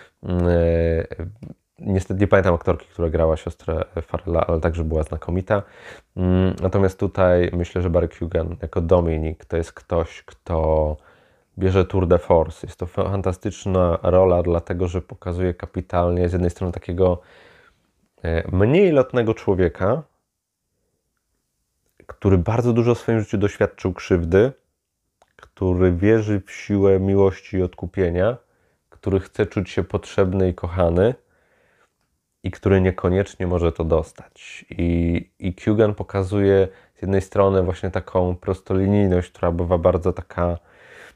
Niestety nie pamiętam aktorki, która grała siostrę Farrella, ale także była znakomita. Natomiast tutaj myślę, że Barry Keoghan jako Dominic to jest ktoś, kto bierze tour de force. Jest to fantastyczna rola, dlatego że pokazuje kapitalnie z jednej strony takiego mniej lotnego człowieka, który bardzo dużo w swoim życiu doświadczył krzywdy, który wierzy w siłę miłości i odkupienia, który chce czuć się potrzebny i kochany i który niekoniecznie może to dostać. I, i Keoghan pokazuje z jednej strony właśnie taką prostolinijność, która bywa bardzo taka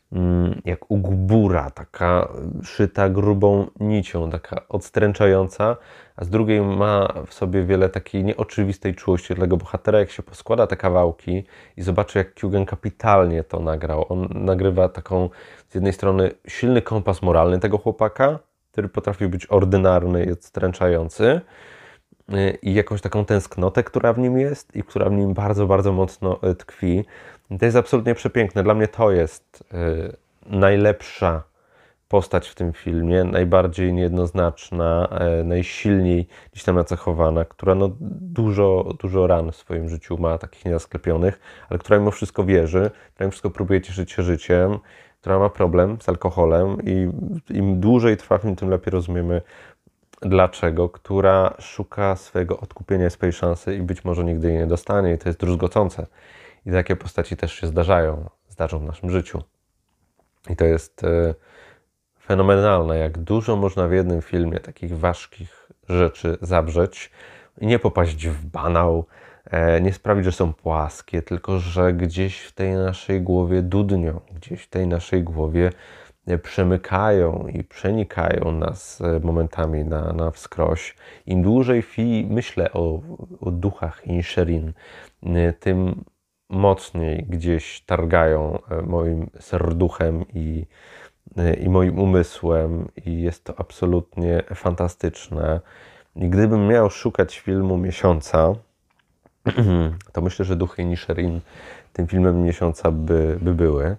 jak u gbura, taka szyta grubą nicią, taka odstręczająca, a z drugiej ma w sobie wiele takiej nieoczywistej czułości dla tego bohatera. Jak się poskłada te kawałki i zobaczy, jak Cugin kapitalnie to nagrał. On nagrywa taką, z jednej strony, silny kompas moralny tego chłopaka, który potrafi być ordynarny i odstręczający, i jakąś taką tęsknotę, która w nim jest i która w nim bardzo, bardzo mocno tkwi. To jest absolutnie przepiękne. Dla mnie to jest y, najlepsza postać w tym filmie, najbardziej niejednoznaczna, y, najsilniej gdzieś tam nacechowana, która no, dużo, dużo ran w swoim życiu ma, takich niezasklepionych, ale która mimo wszystko wierzy, która mimo wszystko próbuje cieszyć się życiem, która ma problem z alkoholem i im dłużej trwa film, tym lepiej rozumiemy dlaczego, która szuka swojego odkupienia, swojej szansy i być może nigdy jej nie dostanie. I to jest druzgocące. I takie postaci też się zdarzają, zdarzą w naszym życiu. I to jest e, fenomenalne, jak dużo można w jednym filmie takich ważkich rzeczy zabrzeć i nie popaść w banał, e, nie sprawić, że są płaskie, tylko że gdzieś w tej naszej głowie dudnią, gdzieś w tej naszej głowie przemykają i przenikają nas momentami na, na wskroś. Im dłużej fi, myślę o, o duchach Inisherin, tym mocniej gdzieś targają moim serduchem i, i moim umysłem i jest to absolutnie fantastyczne. I gdybym miał szukać filmu miesiąca, to myślę, że duchy Inisherin tym filmem miesiąca by, by były.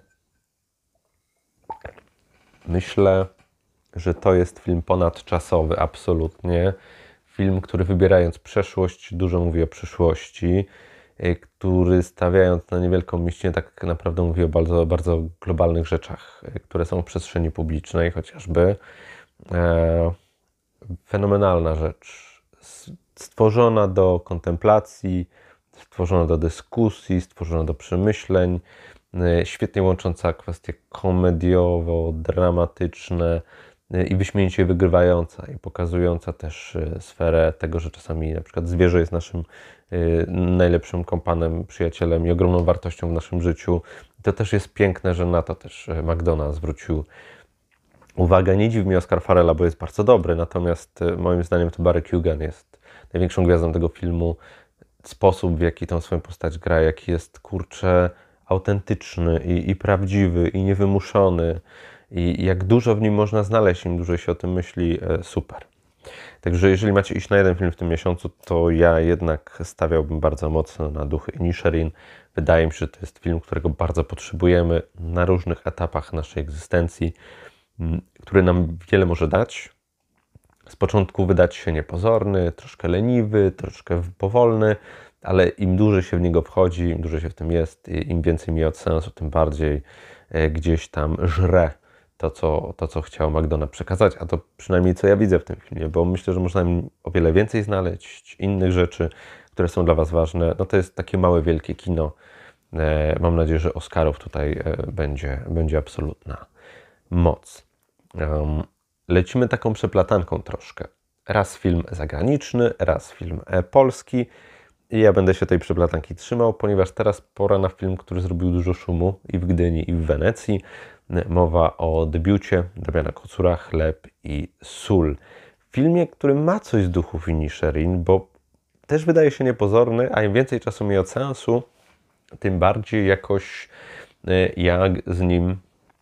Myślę, że to jest film ponadczasowy, absolutnie. Film, który wybierając przeszłość, dużo mówi o przyszłości, który stawiając na niewielką mieścinę, tak naprawdę mówi o bardzo, bardzo globalnych rzeczach, które są w przestrzeni publicznej chociażby. E, fenomenalna rzecz. Stworzona do kontemplacji, stworzona do dyskusji, stworzona do przemyśleń. Świetnie łącząca kwestie komediowo-dramatyczne i wyśmienicie wygrywająca i pokazująca też sferę tego, że czasami na przykład zwierzę jest naszym najlepszym kompanem, przyjacielem i ogromną wartością w naszym życiu. I to też jest piękne, że na to też McDonald zwrócił uwagę. Nie dziwi mnie Oscar Farrella, bo jest bardzo dobry, natomiast moim zdaniem to Barry Keoghan jest największą gwiazdą tego filmu. Sposób, w jaki tą swoją postać gra, jaki jest, kurczę, autentyczny i, i prawdziwy, i niewymuszony, i jak dużo w nim można znaleźć, im dłużej się o tym myśli, super. Także jeżeli macie iść na jeden film w tym miesiącu, to ja jednak stawiałbym bardzo mocno na duchy Inisherin. Wydaje mi się, że to jest film, którego bardzo potrzebujemy na różnych etapach naszej egzystencji, który nam wiele może dać. Z początku wydać się niepozorny, troszkę leniwy, troszkę powolny, ale im dłużej się w niego wchodzi, im dłużej się w tym jest, im więcej mi od sensu, tym bardziej gdzieś tam żre to, co, to, co chciał McDonald przekazać, a to przynajmniej co ja widzę w tym filmie, bo myślę, że można o wiele więcej znaleźć, innych rzeczy, które są dla Was ważne. No to jest takie małe, wielkie kino. Mam nadzieję, że Oscarów tutaj będzie, będzie absolutna moc. Lecimy taką przeplatanką troszkę. Raz film zagraniczny, raz film polski. I ja będę się tej przeplatanki trzymał, ponieważ teraz pora na film, który zrobił dużo szumu i w Gdyni, i w Wenecji. Mowa o debiucie Damiana Kocura, Chleb i sól. Filmie, który ma coś z duchów Inisherin, bo też wydaje się niepozorny, a im więcej czasu mi od seansu, tym bardziej jakoś jak z nim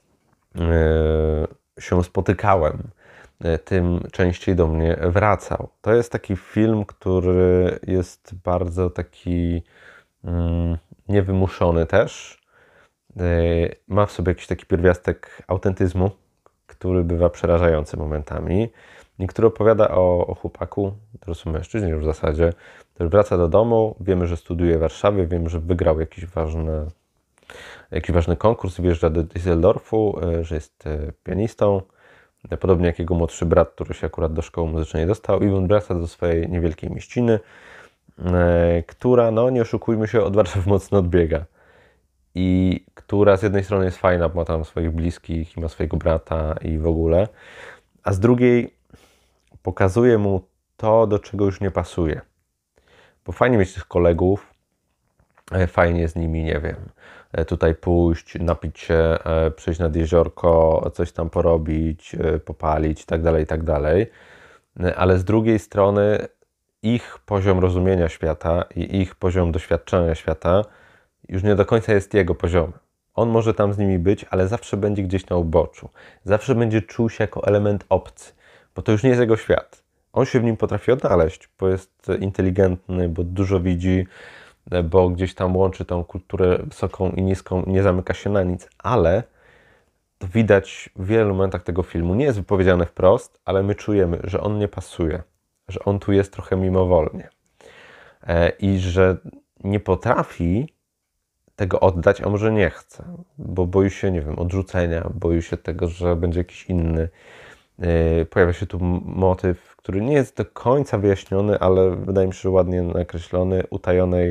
się spotykałem, tym częściej do mnie wracał. To jest taki film, który jest bardzo taki mm, niewymuszony też. Ma w sobie jakiś taki pierwiastek autentyzmu, który bywa przerażający momentami i który opowiada o, o chłopaku, dorosłym mężczyźnie już w zasadzie, który wraca do domu, wiemy, że studiuje w Warszawie, wiemy, że wygrał jakiś ważny, jakiś ważny konkurs, wjeżdża do Düsseldorfu, że jest pianistą, podobnie jak jego młodszy brat, który się akurat do szkoły muzycznej dostał, i on wraca do swojej niewielkiej mieściny, która, no nie oszukujmy się, od Warszawy mocno odbiega. I która z jednej strony jest fajna, bo ma tam swoich bliskich i ma swojego brata i w ogóle, a z drugiej pokazuje mu to, do czego już nie pasuje. Bo fajnie mieć tych kolegów, fajnie z nimi, nie wiem, tutaj pójść, napić się, przyjść nad jeziorko, coś tam porobić, popalić i tak dalej, i tak dalej. Ale z drugiej strony ich poziom rozumienia świata i ich poziom doświadczenia świata już nie do końca jest jego poziomem. On może tam z nimi być, ale zawsze będzie gdzieś na uboczu. Zawsze będzie czuł się jako element obcy, bo to już nie jest jego świat. On się w nim potrafi odnaleźć, bo jest inteligentny, bo dużo widzi, bo gdzieś tam łączy tą kulturę wysoką i niską, nie zamyka się na nic, ale to widać w wielu momentach tego filmu. Nie jest wypowiedziane wprost, ale my czujemy, że on nie pasuje, że on tu jest trochę mimowolnie i że nie potrafi tego oddać, a może nie chce, bo boi się, nie wiem, odrzucenia, boi się tego, że będzie jakiś inny. Pojawia się tu motyw, który nie jest do końca wyjaśniony, ale wydaje mi się, że ładnie nakreślony, utajonej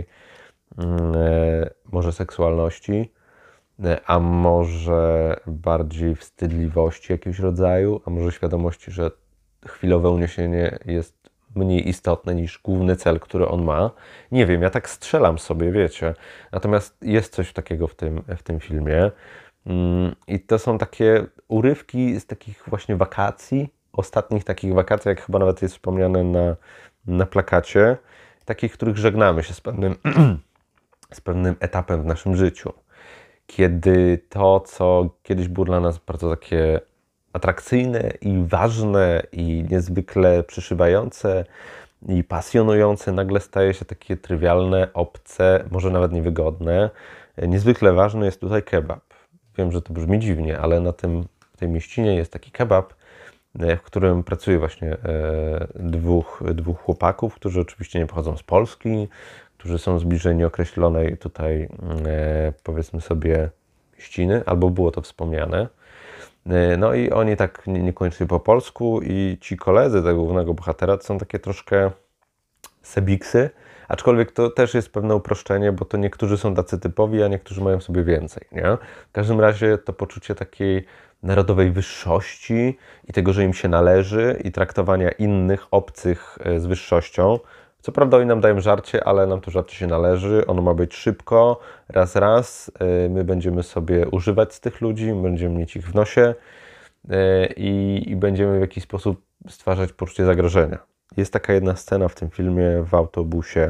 może seksualności, a może bardziej wstydliwości jakiegoś rodzaju, a może świadomości, że chwilowe uniesienie jest mniej istotne niż główny cel, który on ma. Nie wiem, ja tak strzelam sobie, wiecie. Natomiast jest coś takiego w tym, w tym filmie. I to są takie urywki z takich właśnie wakacji, ostatnich takich wakacji, jak chyba nawet jest wspomniane na, na plakacie, takich, których żegnamy się z pewnym, z pewnym etapem w naszym życiu. Kiedy to, co kiedyś było dla nas bardzo takie atrakcyjne i ważne i niezwykle przyszywające i pasjonujące, nagle staje się takie trywialne, obce, może nawet niewygodne. Niezwykle ważny jest tutaj kebab. Wiem, że to brzmi dziwnie, ale na tym, tej mieścinie jest taki kebab, w którym pracuje właśnie dwóch, dwóch chłopaków, którzy oczywiście nie pochodzą z Polski, którzy są z bliżej nieokreślonej tutaj, powiedzmy sobie, mieściny, albo było to wspomniane. No i oni tak nie, nie kończyli po polsku i ci koledzy tego głównego bohatera to są takie troszkę sebiksy, aczkolwiek to też jest pewne uproszczenie, bo to niektórzy są tacy typowi, a niektórzy mają sobie więcej, nie? W każdym razie to poczucie takiej narodowej wyższości i tego, że im się należy i traktowania innych, obcych z wyższością. Co prawda oni nam dają żarcie, ale nam to żarcie się należy, ono ma być szybko, raz, raz, my będziemy sobie używać z tych ludzi, będziemy mieć ich w nosie i, i będziemy w jakiś sposób stwarzać poczucie zagrożenia. Jest taka jedna scena w tym filmie w autobusie,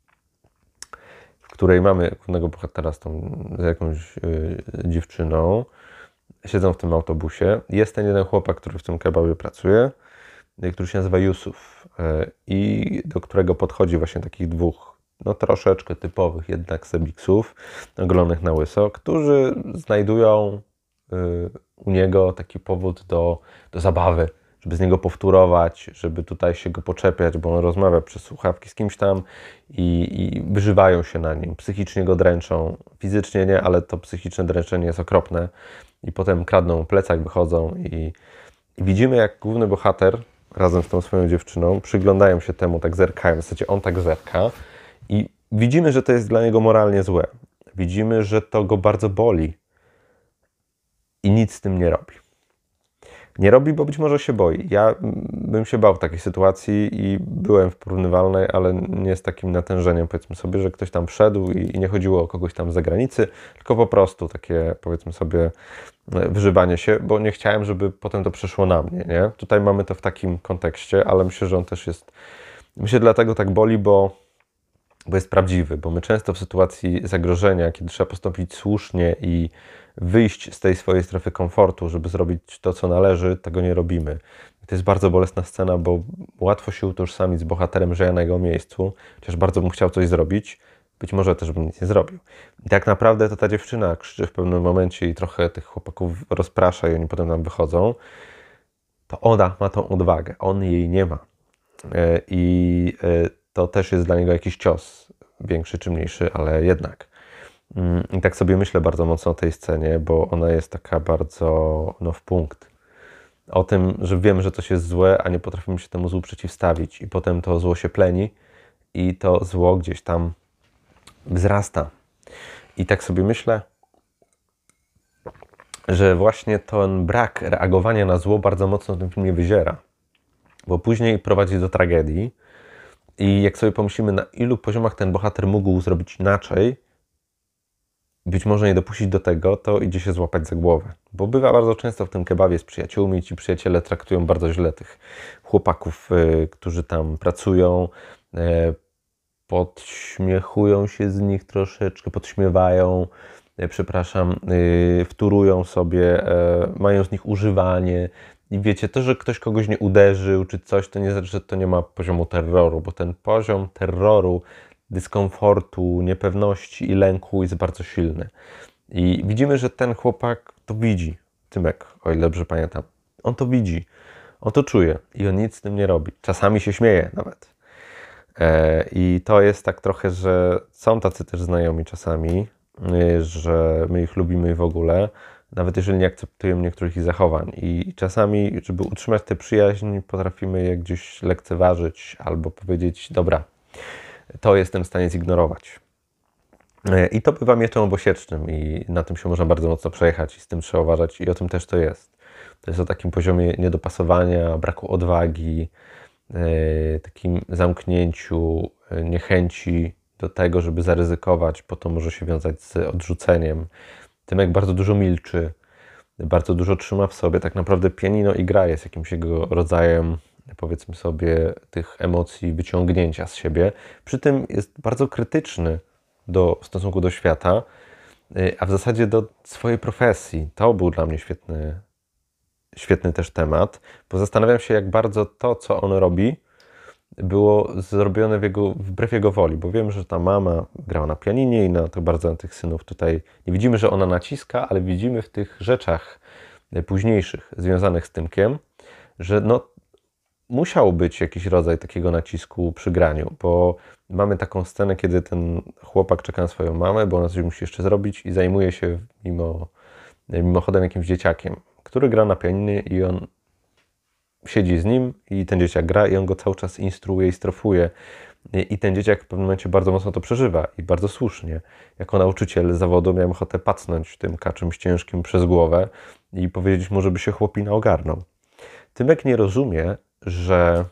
w której mamy głównego bohatera z, tą, z jakąś y, dziewczyną, siedzą w tym autobusie. Jest ten jeden chłopak, który w tym kebabie pracuje, który się nazywa Jusuf i do którego podchodzi właśnie takich dwóch, no troszeczkę typowych jednak sebiksów, ogolonych na łyso, którzy znajdują u niego taki powód do, do zabawy, żeby z niego powtórować, żeby tutaj się go poczepiać, bo on rozmawia przez słuchawki z kimś tam i, i wyżywają się na nim, psychicznie go dręczą, fizycznie nie, ale to psychiczne dręczenie jest okropne i potem kradną plecak, wychodzą i, i widzimy, jak główny bohater razem z tą swoją dziewczyną przyglądają się temu, tak zerkają, w zasadzie on tak zerka i widzimy, że to jest dla niego moralnie złe. Widzimy, że to go bardzo boli i nic z tym nie robi. Nie robi, bo być może się boi. Ja bym się bał w takiej sytuacji i byłem w porównywalnej, ale nie z takim natężeniem, powiedzmy sobie, że ktoś tam wszedł i, i nie chodziło o kogoś tam z zagranicy, tylko po prostu takie, powiedzmy sobie, wyżywanie się, bo nie chciałem, żeby potem to przeszło na mnie, nie? Tutaj mamy to w takim kontekście, ale myślę, że on też jest, myślę, dlatego tak boli, bo, bo jest prawdziwy, bo my często w sytuacji zagrożenia, kiedy trzeba postąpić słusznie i wyjść z tej swojej strefy komfortu, żeby zrobić to, co należy, tego nie robimy. I to jest bardzo bolesna scena, bo łatwo się utożsamić z bohaterem, że ja na jego miejscu, chociaż bardzo bym chciał coś zrobić, być może też bym nic nie zrobił. I tak naprawdę to ta dziewczyna krzyczy w pewnym momencie i trochę tych chłopaków rozprasza i oni potem tam wychodzą, to ona ma tą odwagę, on jej nie ma. I to też jest dla niego jakiś cios, większy czy mniejszy, ale jednak. I tak sobie myślę bardzo mocno o tej scenie, bo ona jest taka bardzo no, w punkt. O tym, że wiemy, że coś jest złe, a nie potrafimy się temu złu przeciwstawić. I potem to zło się pleni i to zło gdzieś tam wzrasta. I tak sobie myślę, że właśnie ten brak reagowania na zło bardzo mocno w tym filmie wyziera. Bo później prowadzi do tragedii i jak sobie pomyślimy, na ilu poziomach ten bohater mógł zrobić inaczej, być może nie dopuścić do tego, to idzie się złapać za głowę. Bo bywa bardzo często w tym kebawie z przyjaciółmi i ci przyjaciele traktują bardzo źle tych chłopaków, y, którzy tam pracują, y, podśmiechują się z nich troszeczkę, podśmiewają, y, przepraszam, y, wtórują sobie, y, mają z nich używanie. I wiecie, to, że ktoś kogoś nie uderzył czy coś, to nie znaczy, że to nie ma poziomu terroru, bo ten poziom terroru, dyskomfortu, niepewności i lęku jest bardzo silny. I widzimy, że ten chłopak to widzi. Tymek, o ile dobrze pamiętam. On to widzi. On to czuje i on nic z tym nie robi. Czasami się śmieje nawet. E, I to jest tak trochę, że są tacy też znajomi czasami, y, że my ich lubimy w ogóle, nawet jeżeli nie akceptujemy niektórych ich zachowań. I czasami, żeby utrzymać tę przyjaźń, potrafimy je gdzieś lekceważyć albo powiedzieć, dobra, to jestem w stanie zignorować. I to bywa mieczem obosiecznym i na tym się można bardzo mocno przejechać i z tym trzeba uważać i o tym też to jest. To jest o takim poziomie niedopasowania, braku odwagi, yy, takim zamknięciu, yy, niechęci do tego, żeby zaryzykować, bo to może się wiązać z odrzuceniem. Tymek bardzo dużo milczy, bardzo dużo trzyma w sobie. Tak naprawdę pianino i gra jest jakimś jego rodzajem, powiedzmy sobie, tych emocji wyciągnięcia z siebie. Przy tym jest bardzo krytyczny do, w stosunku do świata, a w zasadzie do swojej profesji. To był dla mnie świetny, świetny też temat, bo zastanawiam się, jak bardzo to, co on robi, było zrobione w jego, wbrew jego woli, bo wiem, że ta mama grała na pianinie i na to bardzo na tych synów tutaj nie widzimy, że ona naciska, ale widzimy w tych rzeczach późniejszych związanych z Tymkiem, że no, musiał być jakiś rodzaj takiego nacisku przy graniu, bo mamy taką scenę, kiedy ten chłopak czeka na swoją mamę, bo ona coś musi jeszcze zrobić i zajmuje się mimo, mimochodem jakimś dzieciakiem, który gra na pianinie i on siedzi z nim i ten dzieciak gra i on go cały czas instruuje i strofuje. I ten dzieciak w pewnym momencie bardzo mocno to przeżywa i bardzo słusznie. Jako nauczyciel zawodu miałem ochotę pacnąć tym czymś ciężkim przez głowę i powiedzieć mu, żeby się chłopina ogarnął. Tymek nie rozumie, że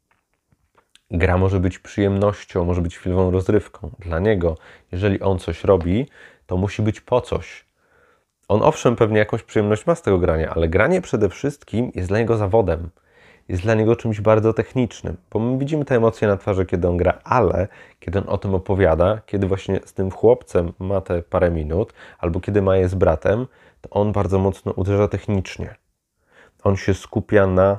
gra może być przyjemnością, może być chwilową rozrywką. Dla niego, jeżeli on coś robi, to musi być po coś. On owszem pewnie jakąś przyjemność ma z tego grania, ale granie przede wszystkim jest dla niego zawodem. Jest dla niego czymś bardzo technicznym, bo my widzimy te emocje na twarzy, kiedy on gra, ale kiedy on o tym opowiada, kiedy właśnie z tym chłopcem ma te parę minut, albo kiedy ma je z bratem, to on bardzo mocno uderza technicznie. On się skupia na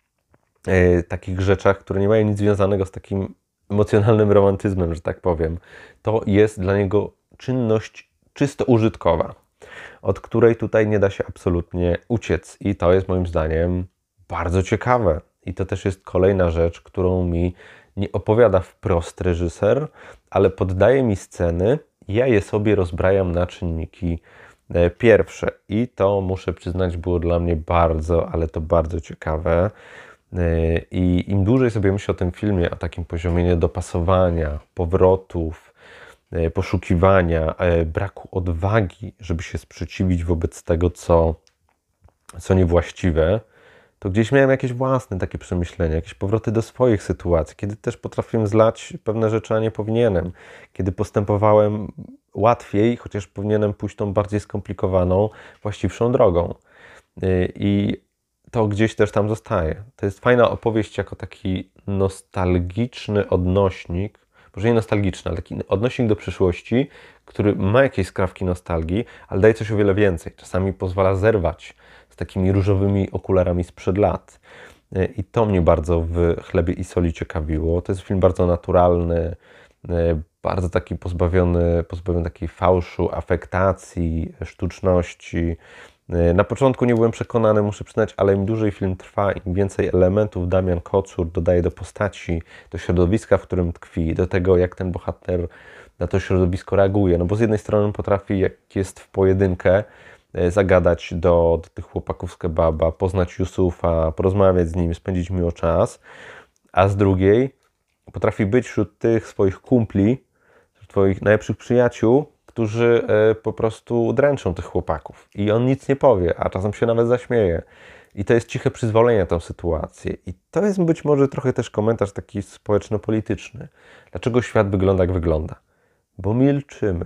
y, takich rzeczach, które nie mają nic związanego z takim emocjonalnym romantyzmem, że tak powiem. To jest dla niego czynność czysto użytkowa, od której tutaj nie da się absolutnie uciec. I to jest moim zdaniem bardzo ciekawe. I to też jest kolejna rzecz, którą mi nie opowiada wprost reżyser, ale poddaje mi sceny, ja je sobie rozbrajam na czynniki pierwsze. I to, muszę przyznać, było dla mnie bardzo, ale to bardzo ciekawe. I im dłużej sobie myślę o tym filmie, o takim poziomie niedopasowania, powrotów, poszukiwania, braku odwagi, żeby się sprzeciwić wobec tego, co, co niewłaściwe, to gdzieś miałem jakieś własne takie przemyślenia, jakieś powroty do swoich sytuacji, kiedy też potrafiłem zlać pewne rzeczy, a nie powinienem. Kiedy postępowałem łatwiej, chociaż powinienem pójść tą bardziej skomplikowaną, właściwszą drogą. I to gdzieś też tam zostaje. To jest fajna opowieść jako taki nostalgiczny odnośnik, może nie nostalgiczny, ale taki odnośnik do przyszłości, który ma jakieś skrawki nostalgii, ale daje coś o wiele więcej. Czasami pozwala zerwać z takimi różowymi okularami sprzed lat. I to mnie bardzo w Chlebie i soli ciekawiło. To jest film bardzo naturalny, bardzo taki pozbawiony, pozbawiony takiej fałszu, afektacji, sztuczności. Na początku nie byłem przekonany, muszę przyznać, ale im dłużej film trwa, im więcej elementów Damian Kocur dodaje do postaci, do środowiska, w którym tkwi, do tego, jak ten bohater na to środowisko reaguje. No bo z jednej strony potrafi, jak jest w pojedynkę, zagadać do, do tych chłopaków z kebaba, poznać Yusufa, porozmawiać z nim, spędzić miło czas, a z drugiej potrafi być wśród tych swoich kumpli, twoich najlepszych przyjaciół, którzy po prostu dręczą tych chłopaków. I on nic nie powie, a czasem się nawet zaśmieje. I to jest ciche przyzwolenie na tę sytuację. I to jest być może trochę też komentarz taki społeczno-polityczny. Dlaczego świat wygląda jak wygląda? Bo milczymy.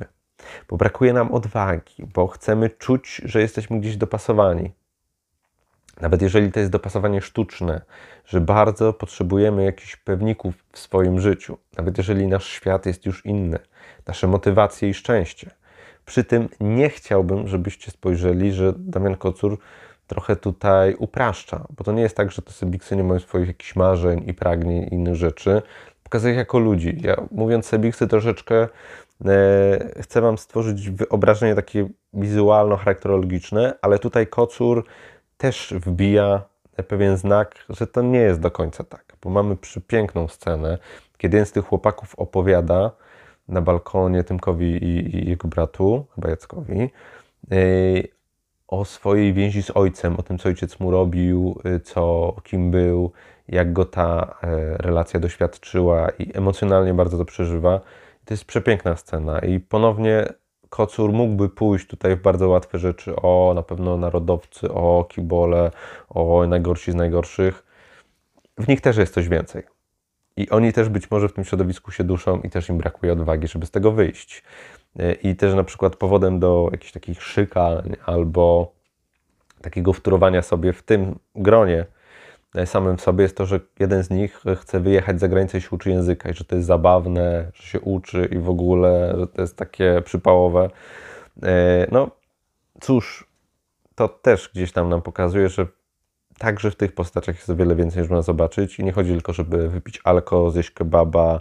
bo brakuje nam odwagi, bo chcemy czuć, że jesteśmy gdzieś dopasowani. Nawet jeżeli to jest dopasowanie sztuczne, że bardzo potrzebujemy jakichś pewników w swoim życiu, nawet jeżeli nasz świat jest już inny, nasze motywacje i szczęście. Przy tym nie chciałbym, żebyście spojrzeli, że Damian Kocur trochę tutaj upraszcza, bo to nie jest tak, że te Sebiksy nie mają swoich jakichś marzeń i pragnień i innych rzeczy. Pokazuję ich jako ludzi. Ja, mówiąc Sebiksy, troszeczkę e, chcę Wam stworzyć wyobrażenie takie wizualno-charakterologiczne, ale tutaj Kocur też wbija pewien znak, że to nie jest do końca tak, bo mamy przepiękną scenę, kiedy jeden z tych chłopaków opowiada na balkonie Tymkowi i, i jego bratu, chyba Jackowi, yy, o swojej więzi z ojcem, o tym, co ojciec mu robił, yy, co, kim był, jak go ta yy, relacja doświadczyła i emocjonalnie bardzo to przeżywa. To jest przepiękna scena i ponownie Kocur mógłby pójść tutaj w bardzo łatwe rzeczy, o na pewno narodowcy, o kibole, o najgorsi z najgorszych. W nich też jest coś więcej. I oni też być może w tym środowisku się duszą i też im brakuje odwagi, żeby z tego wyjść. I też na przykład powodem do jakichś takich szykań albo takiego wtórowania sobie w tym gronie samym w sobie jest to, że jeden z nich chce wyjechać za granicę i się uczy języka i że to jest zabawne, że się uczy i w ogóle, że to jest takie przypałowe. No cóż, to też gdzieś tam nam pokazuje, że także w tych postaciach jest o wiele więcej niż można zobaczyć i nie chodzi tylko, żeby wypić alko, zjeść kebaba,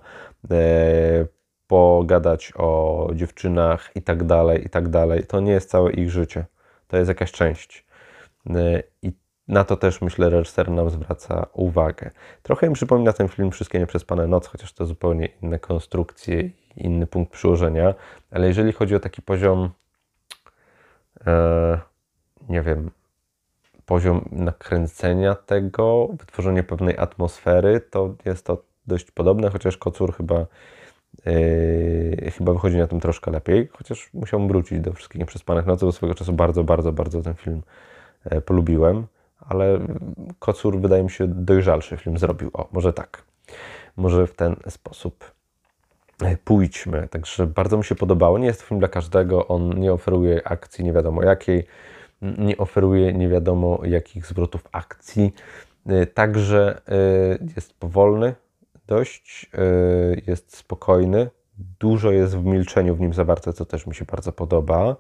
pogadać o dziewczynach i tak dalej, i tak dalej. To nie jest całe ich życie. To jest jakaś część. I na to też, myślę, reżyser nam zwraca uwagę. Trochę mi przypomina ten film Wszystkie nieprzespane noce, chociaż to zupełnie inne konstrukcje i inny punkt przyłożenia, ale jeżeli chodzi o taki poziom, e, nie wiem, poziom nakręcenia tego, wytworzenie pewnej atmosfery, to jest to dość podobne, chociaż Kocur chyba, e, chyba wychodzi na tym troszkę lepiej, chociaż musiałbym wrócić do Wszystkich nieprzespanych nocy, bo swojego czasu bardzo, bardzo, bardzo ten film e, polubiłem. Ale Kocur, wydaje mi się, dojrzalszy film zrobił. O, może tak. Może w ten sposób pójdźmy. Także bardzo mi się podobało. Nie jest to film dla każdego. On nie oferuje akcji nie wiadomo jakiej. Nie oferuje nie wiadomo jakich zwrotów akcji. Także jest powolny dość. Jest spokojny. Dużo jest w milczeniu w nim zawarte, co też mi się bardzo podoba.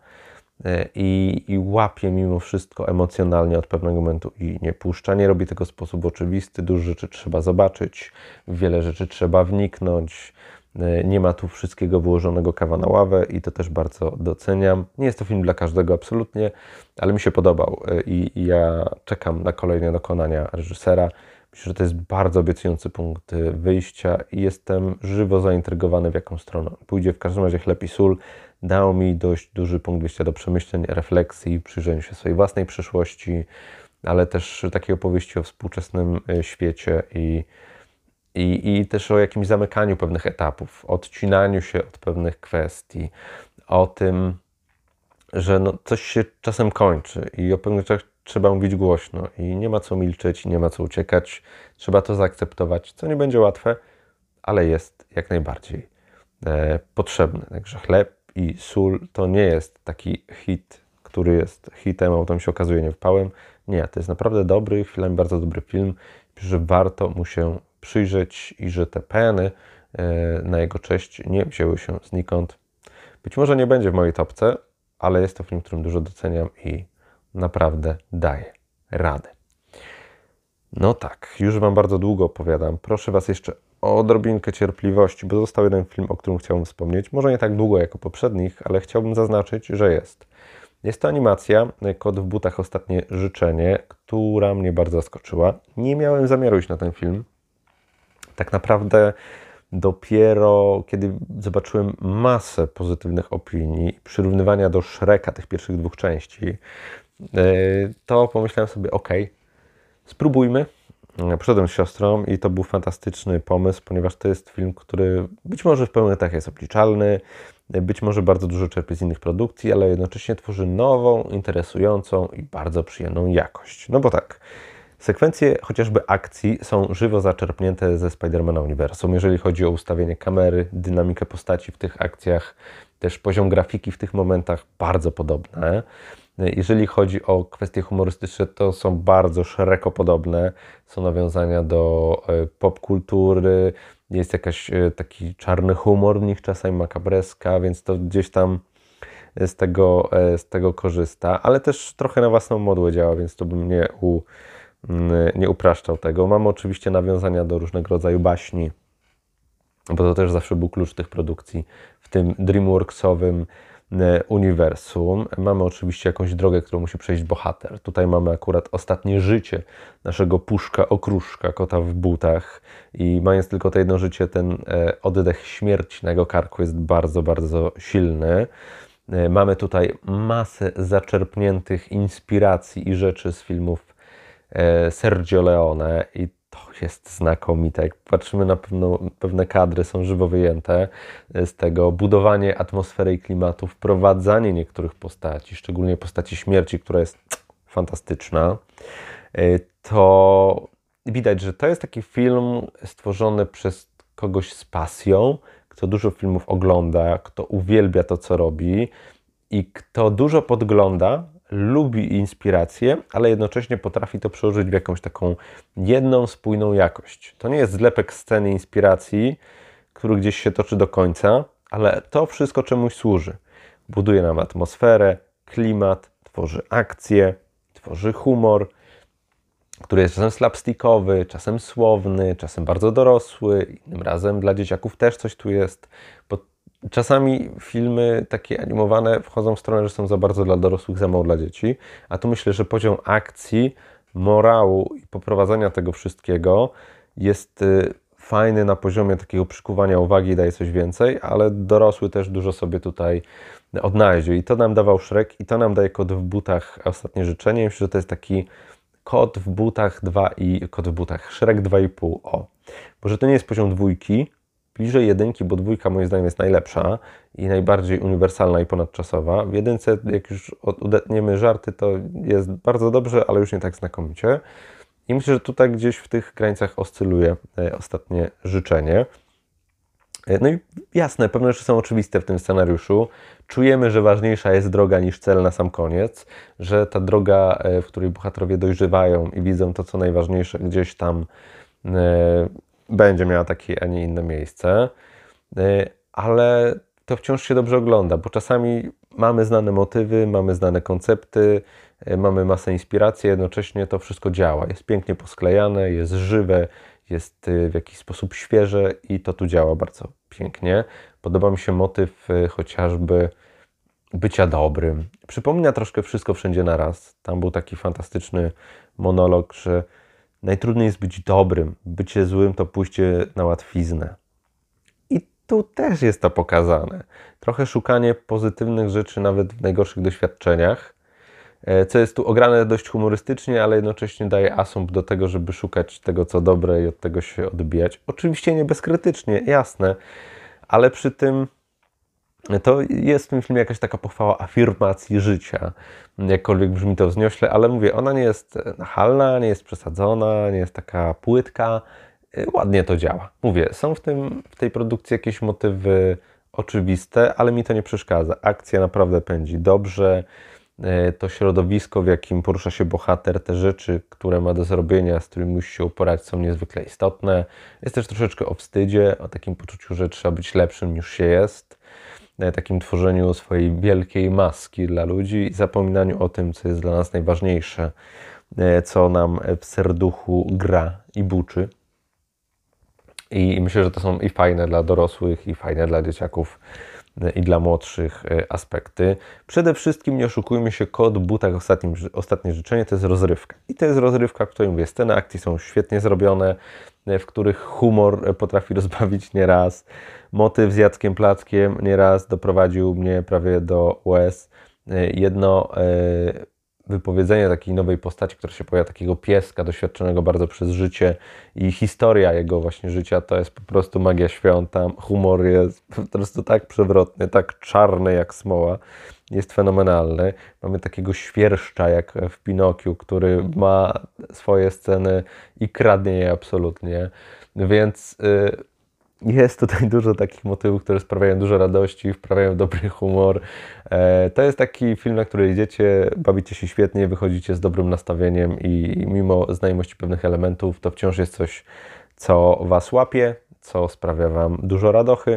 I, i łapie mimo wszystko emocjonalnie od pewnego momentu i nie puszcza. Nie robi tego w sposób oczywisty. Dużo rzeczy trzeba zobaczyć, w wiele rzeczy trzeba wniknąć. Nie ma tu wszystkiego wyłożonego kawa na ławę i to też bardzo doceniam. Nie jest to film dla każdego absolutnie, ale mi się podobał i, i ja czekam na kolejne dokonania reżysera. Myślę, że to jest bardzo obiecujący punkt wyjścia i jestem żywo zaintrygowany, w jaką stronę pójdzie. W każdym razie Chleb i sól dał mi dość duży punkt wyjścia do przemyśleń, refleksji, przyjrzeniu się swojej własnej przeszłości, ale też takiej opowieści o współczesnym świecie i, i, i też o jakimś zamykaniu pewnych etapów, odcinaniu się od pewnych kwestii, o tym, że no coś się czasem kończy i o pewnych rzeczach trzeba mówić głośno i nie ma co milczeć, nie ma co uciekać, trzeba to zaakceptować, co nie będzie łatwe, ale jest jak najbardziej e, potrzebne. Także Chleb i sól to nie jest taki hit, który jest hitem, a potem się okazuje niewypałem. Nie, to jest naprawdę dobry, chwilami bardzo dobry film, że warto mu się przyjrzeć i że te peny e, na jego cześć nie wzięły się znikąd. Być może nie będzie w mojej topce, ale jest to film, którym dużo doceniam i naprawdę daje radę. No tak, już Wam bardzo długo opowiadam. Proszę Was jeszcze o odrobinkę cierpliwości, bo został jeden film, o którym chciałbym wspomnieć. Może nie tak długo jak o poprzednich, ale chciałbym zaznaczyć, że jest. Jest to animacja Kot w butach Ostatnie życzenie, która mnie bardzo zaskoczyła. Nie miałem zamiaru iść na ten film. Tak naprawdę dopiero kiedy zobaczyłem masę pozytywnych opinii, przyrównywania do Shreka tych pierwszych dwóch części, to pomyślałem sobie, ok, spróbujmy. Przyszedłem z siostrą i to był fantastyczny pomysł, ponieważ to jest film, który być może w pełnych tak jest obliczalny, być może bardzo dużo czerpie z innych produkcji, ale jednocześnie tworzy nową, interesującą i bardzo przyjemną jakość. No bo tak, sekwencje chociażby akcji są żywo zaczerpnięte ze Spidermana Uniwersum. Jeżeli chodzi o ustawienie kamery, dynamikę postaci w tych akcjach, też poziom grafiki w tych momentach bardzo podobne. Jeżeli chodzi o kwestie humorystyczne, to są bardzo szeroko podobne. Są nawiązania do popkultury, jest jakaś taki czarny humor w nich, czasami makabreska, więc to gdzieś tam z tego, z tego korzysta, ale też trochę na własną modłę działa, więc to bym nie, u, nie upraszczał tego. Mamy oczywiście nawiązania do różnego rodzaju baśni, bo to też zawsze był klucz tych produkcji w tym DreamWorksowym uniwersum. Mamy oczywiście jakąś drogę, którą musi przejść bohater. Tutaj mamy akurat ostatnie życie naszego Puszka Okruszka, kota w butach, i mając tylko to jedno życie, ten oddech śmierci na jego karku jest bardzo, bardzo silny. Mamy tutaj masę zaczerpniętych inspiracji i rzeczy z filmów Sergio Leone i to jest znakomite. Jak patrzymy na pewno, pewne kadry, są żywo wyjęte z tego. Budowanie atmosfery i klimatu, wprowadzanie niektórych postaci, szczególnie postaci śmierci, która jest fantastyczna. To widać, że to jest taki film stworzony przez kogoś z pasją, kto dużo filmów ogląda, kto uwielbia to, co robi i kto dużo podgląda, lubi inspirację, ale jednocześnie potrafi to przełożyć w jakąś taką jedną, spójną jakość. To nie jest zlepek sceny inspiracji, który gdzieś się toczy do końca, ale to wszystko czemuś służy. Buduje nam atmosferę, klimat, tworzy akcję, tworzy humor, który jest czasem slapstickowy, czasem słowny, czasem bardzo dorosły, innym razem dla dzieciaków też coś tu jest, bo czasami filmy takie animowane wchodzą w stronę, że są za bardzo dla dorosłych, za mało dla dzieci, a tu myślę, że poziom akcji, morału i poprowadzenia tego wszystkiego jest fajny na poziomie takiego przykuwania uwagi i daje coś więcej, ale dorosły też dużo sobie tutaj odnajdzie i to nam dawał Shrek i to nam daje Kot w butach Ostatnie życzenie. Myślę, że to jest taki Kot w butach dwa i Kot w butach Shrek dwa i pół. O, może to nie jest poziom dwójki, bliżej jedynki, bo dwójka moim zdaniem jest najlepsza i najbardziej uniwersalna i ponadczasowa. W jedynce, jak już odetniemy żarty, to jest bardzo dobrze, ale już nie tak znakomicie. I myślę, że tutaj gdzieś w tych granicach oscyluje Ostatnie życzenie. No i jasne, pewne rzeczy są oczywiste w tym scenariuszu. Czujemy, że ważniejsza jest droga niż cel na sam koniec, że ta droga, w której bohaterowie dojrzewają i widzą to, co najważniejsze, gdzieś tam będzie miała takie, a nie inne miejsce. Ale to wciąż się dobrze ogląda, bo czasami mamy znane motywy, mamy znane koncepty, mamy masę inspiracji, jednocześnie to wszystko działa. Jest pięknie posklejane, jest żywe, jest w jakiś sposób świeże i to tu działa bardzo pięknie. Podoba mi się motyw chociażby bycia dobrym. Przypomina troszkę Wszystko wszędzie naraz. Tam był taki fantastyczny monolog, że najtrudniej jest być dobrym, bycie złym to pójście na łatwiznę. I tu też jest to pokazane. Trochę szukanie pozytywnych rzeczy nawet w najgorszych doświadczeniach, co jest tu ograne dość humorystycznie, ale jednocześnie daje asumpt do tego, żeby szukać tego, co dobre i od tego się odbijać. Oczywiście nie bezkrytycznie, jasne, ale przy tym to jest w tym filmie jakaś taka pochwała afirmacji życia. Jakkolwiek brzmi to wzniośle, ale mówię, ona nie jest nachalna, nie jest przesadzona, nie jest taka płytka. Ładnie to działa. Mówię, są w, tym, w tej produkcji jakieś motywy oczywiste, ale mi to nie przeszkadza. Akcja naprawdę pędzi dobrze. To środowisko, w jakim porusza się bohater, te rzeczy, które ma do zrobienia, z którymi musi się uporać, są niezwykle istotne. Jest też troszeczkę o wstydzie, o takim poczuciu, że trzeba być lepszym niż się jest. Takim tworzeniu swojej wielkiej maski dla ludzi i zapominaniu o tym, co jest dla nas najważniejsze, co nam w serduchu gra i buczy. I myślę, że to są i fajne dla dorosłych, i fajne dla dzieciaków, i dla młodszych aspekty. Przede wszystkim, nie oszukujmy się, Kot w butach Ostatnim, Ostatnie życzenie to jest rozrywka. I to jest rozrywka, w której mówię, sceny akcji są świetnie zrobione, w których humor potrafi rozbawić nieraz. Motyw z Jackiem Plackiem nieraz doprowadził mnie prawie do łez. Jedno wypowiedzenie takiej nowej postaci, która się pojawia, takiego pieska doświadczonego bardzo przez życie i historia jego właśnie życia, to jest po prostu magia świąt. Tam humor jest po prostu tak przewrotny, tak czarny jak smoła. Jest fenomenalny. Mamy takiego świerszcza jak w Pinokiu, który ma swoje sceny i kradnie je absolutnie. Więc yy, Jest tutaj dużo takich motywów, które sprawiają dużo radości, wprawiają dobry humor. E, To jest taki film, na który idziecie, bawicie się świetnie, wychodzicie z dobrym nastawieniem i mimo znajomości pewnych elementów, to wciąż jest coś, co Was łapie, co sprawia Wam dużo radochy.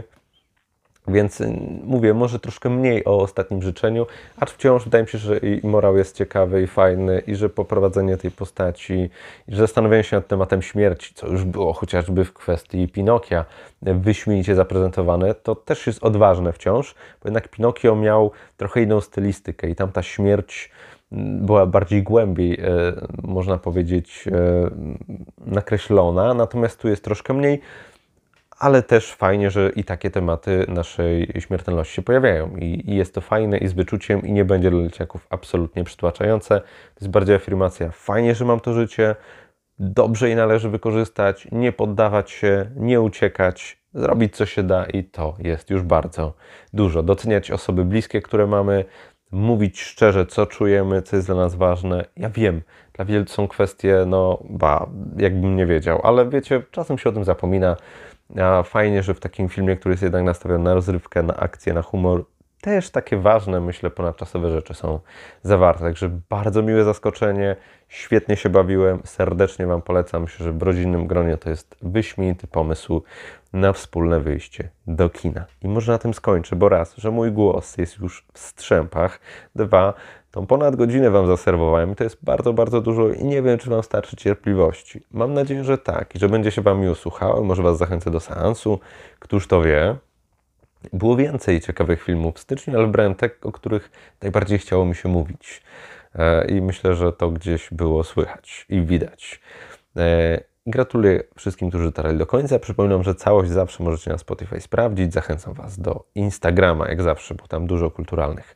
Więc y, mówię, może troszkę mniej o Ostatnim Życzeniu, acz wciąż wydaje mi się, że i morał jest ciekawy i fajny i że poprowadzenie tej postaci i że zastanawianie się nad tematem śmierci, co już było chociażby w kwestii Pinokia wyśmienicie zaprezentowane, to też jest odważne wciąż, bo jednak Pinokio miał trochę inną stylistykę i tam ta śmierć mm, była bardziej głębiej, e, można powiedzieć, e, nakreślona, natomiast tu jest troszkę mniej, ale też fajnie, że i takie tematy naszej śmiertelności się pojawiają. I, i jest to fajne i z wyczuciem i nie będzie dla dzieciaków absolutnie przytłaczające. To jest bardziej afirmacja. Fajnie, że mam to życie, dobrze je należy wykorzystać, nie poddawać się, nie uciekać, zrobić co się da i to jest już bardzo dużo. Doceniać osoby bliskie, które mamy, mówić szczerze, co czujemy, co jest dla nas ważne. Ja wiem, dla wielu są kwestie, no ba, jakbym nie wiedział, ale wiecie, czasem się o tym zapomina. A fajnie, że w takim filmie, który jest jednak nastawiony na rozrywkę, na akcję, na humor, też takie ważne, myślę, ponadczasowe rzeczy są zawarte. Także bardzo miłe zaskoczenie, świetnie się bawiłem, serdecznie Wam polecam. Myślę, że w rodzinnym gronie to jest wyśmienity pomysł na wspólne wyjście do kina. I może na tym skończę, bo raz, że mój głos jest już w strzępach, dwa, tą ponad godzinę Wam zaserwowałem i to jest bardzo, bardzo dużo i nie wiem, czy Wam starczy cierpliwości. Mam nadzieję, że tak i że będzie się Wam miło słuchało. Może Was zachęcę do seansu, któż to wie. Było więcej ciekawych filmów w styczniu, ale wybrałem te, o których najbardziej chciało mi się mówić. E, I myślę, że to gdzieś było słychać i widać. E, Gratuluję wszystkim, którzy dotarli do końca. Przypominam, że całość zawsze możecie na Spotify sprawdzić. Zachęcam Was do Instagrama, jak zawsze, bo tam dużo kulturalnych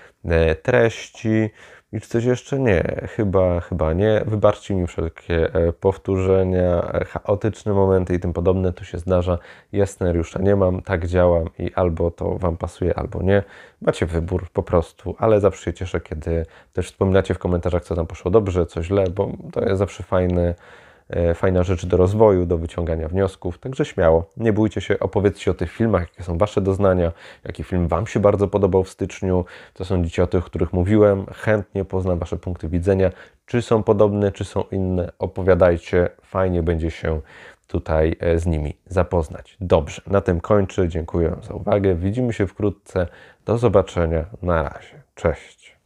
e, treści. I czy coś jeszcze? Nie, chyba, chyba nie. Wybaczcie mi wszelkie e, powtórzenia, e, chaotyczne momenty i tym podobne. To się zdarza. Ja scenariusza nie mam, tak działam i albo to Wam pasuje, albo nie. Macie wybór po prostu, ale zawsze się cieszę, kiedy też wspominacie w komentarzach, co tam poszło dobrze, co źle, bo to jest zawsze fajne. Fajna rzecz do rozwoju, do wyciągania wniosków, także śmiało, nie bójcie się, opowiedzcie o tych filmach, jakie są Wasze doznania, jaki film Wam się bardzo podobał w styczniu, co sądzicie o tych, o których mówiłem, chętnie poznam Wasze punkty widzenia, czy są podobne, czy są inne, opowiadajcie, fajnie będzie się tutaj z nimi zapoznać. Dobrze, na tym kończę, dziękuję za uwagę, widzimy się wkrótce, do zobaczenia, na razie, cześć.